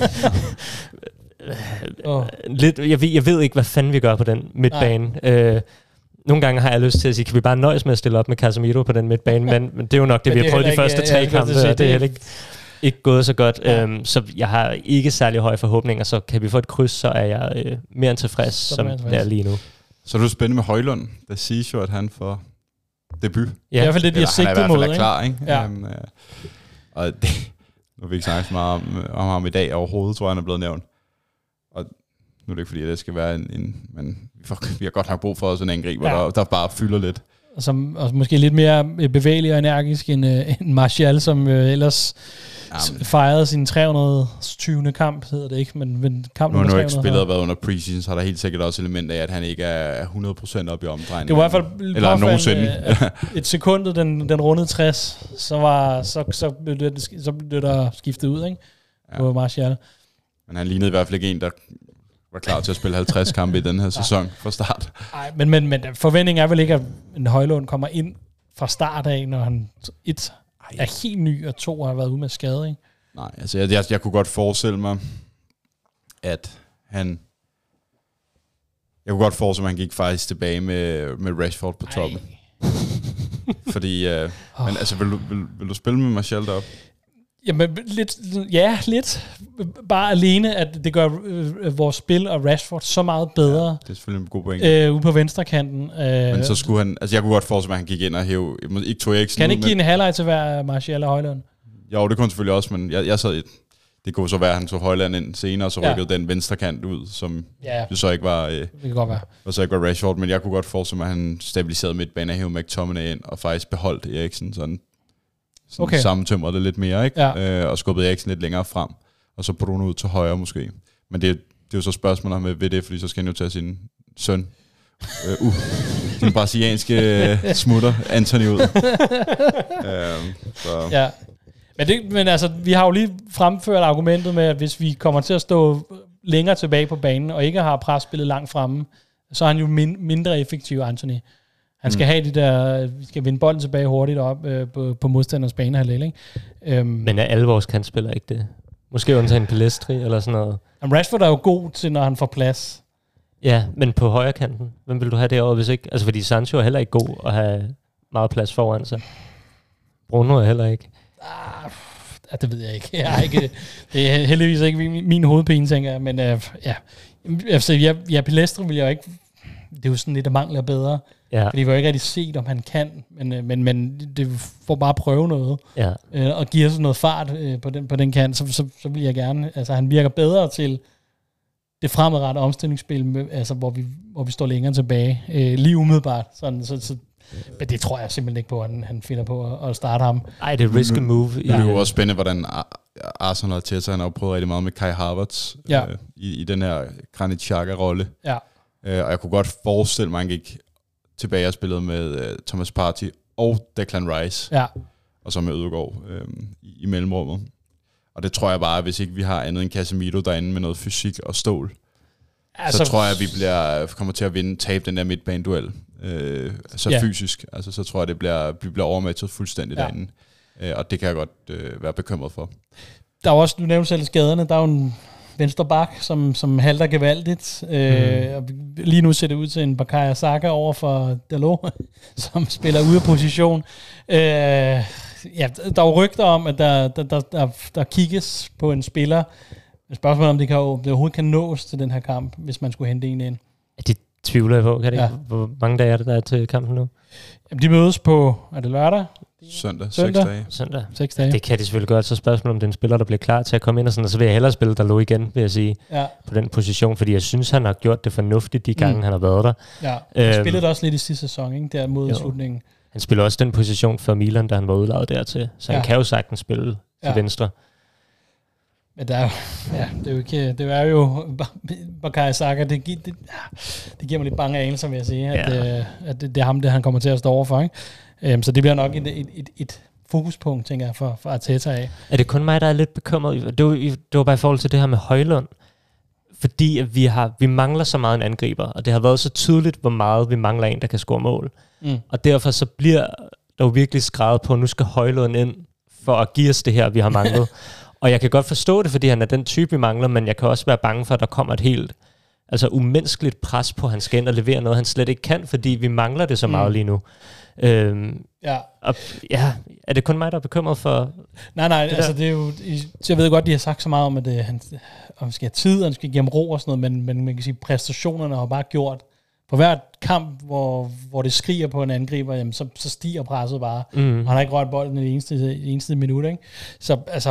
oh. lidt, jeg, ved, jeg ved ikke, hvad fanden vi gør på den midtbane. Øh, nogle gange har jeg lyst til at sige, kan vi bare nøjes med at stille op med Casemiro på den midtbane, men, men det er jo nok det, vi har prøvet de ikke, første tre ja, kampe, og det er heller ikke, ikke gået så godt. Ja. Øhm, så jeg har ikke særlig høje forhåbninger, så kan vi få et kryds, så er jeg øh, mere end tilfreds, så som det er lige nu. Så er du spændende med Højlund, der siger jo, at han får... debut. Ja, i hvert fald det, de har sigtet mod, ikke? Han er i hvert fald klar, ikke? Ja. Um, uh, og det, nu har vi ikke snakket så meget om, om ham i dag overhovedet, tror jeg, han er blevet nævnt. Og nu er det ikke fordi, at det skal være en... en men vi, får, vi har godt nok brug for sådan en angriber, ja. der, der bare fylder lidt. Som og måske lidt mere bevægelig og energisk end, uh, end Martial, som uh, ellers Jamen. fejrede sin tre hundrede tyvende kamp, hedder det ikke, men, men kamp nummer tre hundrede. Nu har nu ikke spillet og været under preseason, så har der helt sikkert også element af, at han ikke er hundrede procent op i omdrejningen. Det var i hvert fald eller nogensinde. Et sekund, den, den rundede tres, så, var, så, så, blev det, så blev der skiftet ud, ikke? Ja. På Martial. Men han lignede i hvert fald ikke en, der var klar til at spille halvtreds kampe i den her sæson fra start. Nej, men, men, men forventningen er vel ikke, at en Højlund kommer ind fra start af, når han et er helt ny, og to har været ude med skade, ikke? Nej, altså jeg, jeg, jeg kunne godt forestille mig, at han... Jeg kunne godt forestille mig, at han gik faktisk tilbage med, med Rashford på toppen. Fordi, øh, oh. men altså, vil du, vil, vil du spille med Martial deroppe? Jamen, lidt, ja, lidt. Bare alene, at det gør øh, vores spil og Rashford så meget bedre. Ja, det er selvfølgelig en god point. Øh, ude på venstrekanten. Øh, men så skulle han... Altså, jeg kunne godt forestille mig, at han gik ind og hæve... Ikke tog Eriksen. Kan han ikke give en halvleg til hver Martial og Højlund? Jo, det kunne han selvfølgelig også, men jeg, jeg sad et... Det kunne så være, at han tog Højland ind senere, og så rykkede ja. den venstre kant ud, som ja. det så ikke var... Øh, det kan godt være. Og så ikke var Rashford, men jeg kunne godt forestille mig, at han stabiliserede midtbanen og hævde McTominay ind, og faktisk beholdt Eriksen sådan... sådan okay. sammentømrede det lidt mere, ikke? Ja. Øh, og skubbede Eriksen lidt længere frem, og så Bruno ud til højre måske. Men det, det er jo så spørgsmålet med ved det, fordi så skal han jo tage sin søn, øh, uh, den brasilianske øh, smutter, Anthony ud. øh, så... Ja. Men, det, men altså, vi har jo lige fremført argumentet med, at hvis vi kommer til at stå længere tilbage på banen, og ikke har presspillet langt fremme, så er han jo min, mindre effektiv, Anthony. Han skal mm. have de der, vi skal vinde bolden tilbage hurtigt op øh, på, på modstanders banehalvdel, ikke? Øhm, men er alle vores kantspillere ikke det? Måske undtagen Pelestri eller sådan noget. Rashford er jo god til, når han får plads. Ja, men på højre kanten, hvem vil du have derovre, hvis ikke? Altså, fordi Sancho er heller ikke god at have meget plads foran sig. Bruno er heller ikke. Ah, det ved jeg ikke. Jeg er ikke det er heldigvis ikke min, min hovedpine, tænker jeg. Men øh, ja, altså, ja, ja, Pelestri vil jeg jo ikke... Det er jo sådan lidt, der mangler bedre. Ja. Fordi vi har ikke rigtig set, om han kan, men, men, men det får bare prøve noget, ja. øh, og give os noget fart øh, på, den, på den kant, så, så, så vil jeg gerne, altså han virker bedre til det fremadrettede omstillingsspil, med, altså hvor vi, hvor vi står længere tilbage, øh, lige umiddelbart, sådan, så, så, men det tror jeg simpelthen ikke på, at han, han finder på at, at starte ham. Ej, det er risky move. Ja. Det er jo også spændende, hvordan Arsenal og Arteta, han har jo prøvet rigtig meget med Kai Havertz, ja. øh, i, i den her Granit Xhaka-rolle, ja. øh, og jeg kunne godt forestille mig, at han gik tilbage og spillede med uh, Thomas Partey og Declan Rice. Ja. Og så med Ødegaard øhm, i, i mellemrummet. Og det tror jeg bare, hvis ikke vi har andet end Casemiro derinde med noget fysik og stål, altså, så tror jeg, at vi bliver, kommer til at vinde, tabe den der midtbaneduel. Øh, så ja. fysisk. Altså, så tror jeg, det bliver, vi bliver overmatchet fuldstændig ja. derinde. Øh, og det kan jeg godt øh, være bekymret for. Der er også, du nævnte selv skaderne, der er jo en venstre bak, som, som halter gevaldigt. Mm. Øh, lige nu ser det ud til en Bukayo Saka over for Dalot, som spiller ude af position. Øh, ja, der er jo rygter om, at der, der, der, der, der kigges på en spiller. Spørgsmålet om det, kan, det overhovedet kan nås til den her kamp, hvis man skulle hente en ind. Det tvivler jeg på. Kan det ja. Hvor mange dage er det, der er til kampen nu? Jamen, de mødes på, er det lørdag? Søndag, Søndag. seks dage. Søndag. Seks dage. Det kan de selvfølgelig gøre. Så spørgsmålet om den spiller, der bliver klar til at komme ind og sådan, og så vil jeg hellere spille Dalot igen, vil jeg sige, ja. på den position, fordi jeg synes, han har gjort det fornuftigt de gange, mm. han har været der. Ja, han øhm, spillede det også lidt i sidste sæson, ikke? Der mod jo. slutningen. Han spiller også den position for Milan, da han var udlejet dertil, så ja. han kan jo sagtens spille til ja. venstre. Men der er jo, ja, det er jo ikke, det er jo Bukayo Saka, det, det, det, det giver mig lidt bange anelser, vil jeg sige, at, ja. øh, at det, det er ham, det han kommer til at stå overfor, ikke? Um, så det bliver nok et, et, et, et fokuspunkt, tænker jeg, for, for Arteta af. Er det kun mig, der er lidt bekymret? Det var, det var bare i forhold til det her med Højlund, fordi at vi, har, vi mangler så meget en angriber, og det har været så tydeligt, hvor meget vi mangler en, der kan score mål. Mm. Og derfor så bliver der jo virkelig skrevet på, at nu skal Højlund ind for at give os det her, vi har manglet. Og jeg kan godt forstå det, fordi han er den type, vi mangler, men jeg kan også være bange for, at der kommer et helt altså umenneskeligt pres på, at han skal ind og levere noget, han slet ikke kan, fordi vi mangler det så meget mm. lige nu. Øhm, ja. Og, ja, er det kun mig, der er bekymret for... Nej, nej, det altså det er jo... Jeg ved godt, de har sagt så meget om, at det, han, han skal have tid, og han skal give ham ro og sådan noget, men, men man kan sige, præstationerne har bare gjort... På hver kamp, hvor, hvor det skriger på en angriber, jamen, så, så stiger presset bare. Mm. Og han har ikke rørt bolden i det eneste, det eneste minut, ikke? Så altså...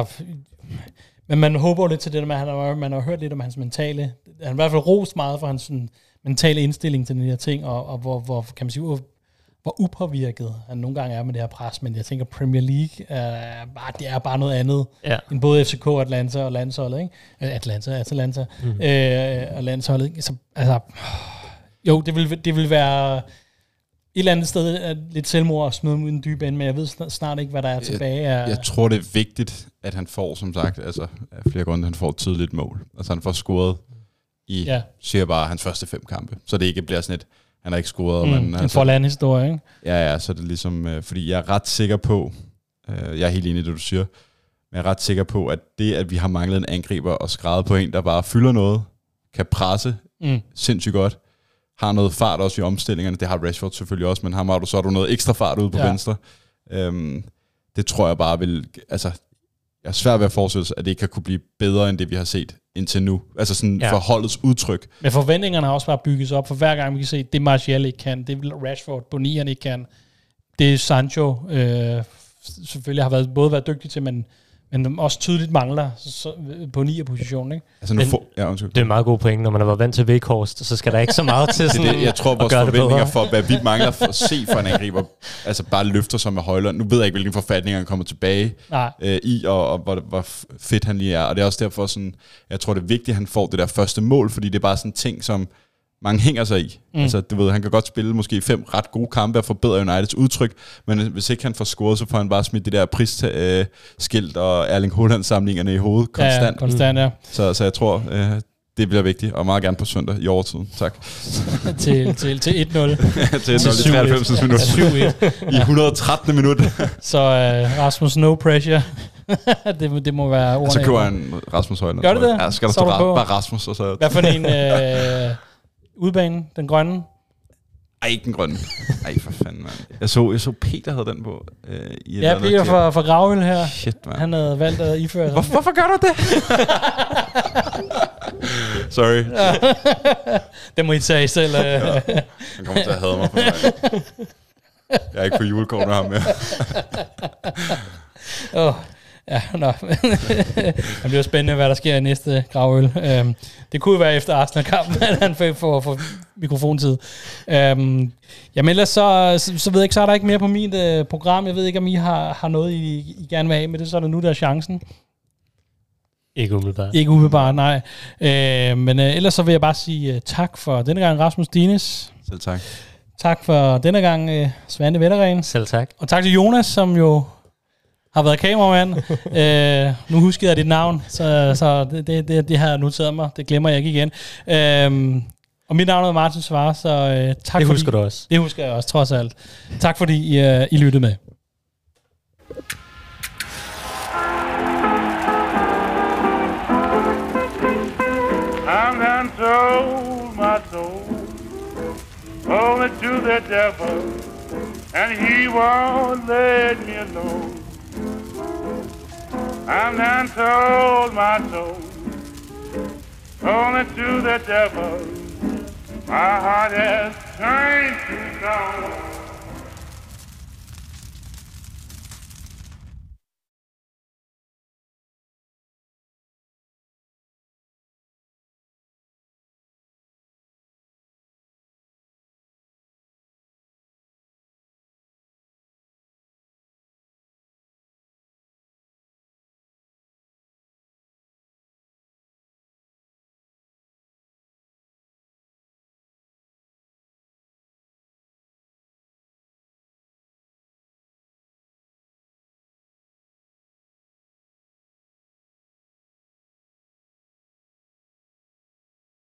Men man håber lidt til det, at man, man har hørt lidt om hans mentale... Han har i hvert fald rost meget for hans sådan, mentale indstilling til de her ting, og, og hvor, hvor, kan man sige, hvor, hvor upåvirket han nogle gange er med det her pres. Men jeg tænker, Premier League er bare, det er bare noget andet, ja. end både F C K, Atlanta og landsholdet, ikke? Atlanta, Atlanta mm. øh, og landsholdet. Så, altså, jo, det vil, det vil være... Et eller andet sted er lidt selvmord at smide ud i en dybe ende, men jeg ved snart ikke, hvad der er tilbage. Jeg, jeg tror, det er vigtigt, at han får, som sagt, altså af flere grunde, han får et tidligt mål. Altså han får scoret i, ja. siger bare, hans første fem kampe. Så det ikke bliver sådan et, han har ikke scoret. Mm, men, en altså, forlandhistorie, ikke? Ja, ja, så er det ligesom, øh, fordi jeg er ret sikker på, øh, jeg er helt enig i det, du siger, men jeg er ret sikker på, at det, at vi har manglet en angriber og skrevet på en, der bare fylder noget, kan presse mm. sindssygt godt, har noget fart også i omstillingerne, det har Rashford selvfølgelig også, men har du, så har du noget ekstra fart ude på ja. venstre. Øhm, det tror jeg bare vil, altså, jeg er svært ved at forestille sig, at det ikke kan kunne blive bedre, end det vi har set indtil nu. Altså sådan ja. for holdets udtryk. Men forventningerne har også bare bygget sig op, for hver gang vi kan se, det Martial ikke kan, det Rashford, Bonian ikke kan, det Sancho øh, selvfølgelig har været, både været dygtig til, men men også tydeligt mangler så, på nier-positionen, ikke? Altså nu for, ja, det er en meget god point, når man har været vant til Weghorst, så skal der ikke så meget til sådan det, det, jeg tror, vores forventninger for, hvad vi mangler for at se for en angriber, altså bare løfter sig med Højlund. Nu ved jeg ikke, hvilken forfatning han kommer tilbage øh, i, og, og hvor, hvor fedt han lige er. Og det er også derfor sådan, jeg tror, det er vigtigt, at han får det der første mål, fordi det er bare sådan ting, som mange hænger sig i. Mm. Altså, du ved, han kan godt spille måske fem ret gode kampe og forbedre Uniteds udtryk, men hvis ikke han får scoret, så får han bare smidt det der prisskilt og Erling Haaland-samlingerne i hovedet konstant. Ja, konstant, ja. Så, så jeg tror, øh, det bliver vigtigt, og meget gerne på søndag i overtiden. Tak. til, til, til et nul. til et nul i treoghalvfems minutter. syv et. I et hundrede og tretten minut. så uh, Rasmus, no pressure. det, det må være ordene. Så køber han Rasmus Højlund. Gør det det? Ja, skal der stå bare Rasmus. Og så hvad for en øh, udbane? Den grønne? Ej, ikke den grønne. Ej, for fanden, mand. Jeg så, jeg så Peter havde den på. Øh, i ja, Peter fra, fra Gravøl her. Shit, man. Han havde valgt at iføre Hvor, Hvorfor gør du det? Sorry. det må I tage selv. ja. Han kommer til at hade mig for mig. Jeg er ikke på julekort med ham mere. Åh. Oh. Ja, nå. Det bliver spændende, hvad der sker i næste Gravøl. Um, det kunne være efter Arsenal-kampen, at han fik for, for mikrofontid. Um, jamen ellers så, så, så ved jeg ikke, så er der ikke mere på mit uh, program. Jeg ved ikke, om I har, har noget, I, I gerne vil have med det, så er det nu, der er chancen. Ikke umiddelbart. Ikke umiddelbart, nej. Uh, men uh, ellers så vil jeg bare sige uh, tak for denne gang, Rasmus Dines. Selv tak. Tak for denne gang, uh, Svante Vettergren. Selv tak. Og tak til Jonas, som jo har været kameramand. øh, nu husker jeg dit navn, så, så det, det, det har jeg noteret mig. Det glemmer jeg ikke igen. Øh, og mit navn er Martin Svare, så øh, tak. Det husker fordi, du også. Det husker jeg også, trods alt. Tak fordi I, øh, I lyttede med. I'm done sold my soul only to the devil, and he won't let me alone. I'm done sold my soul only to the devil. My heart has turned to stone.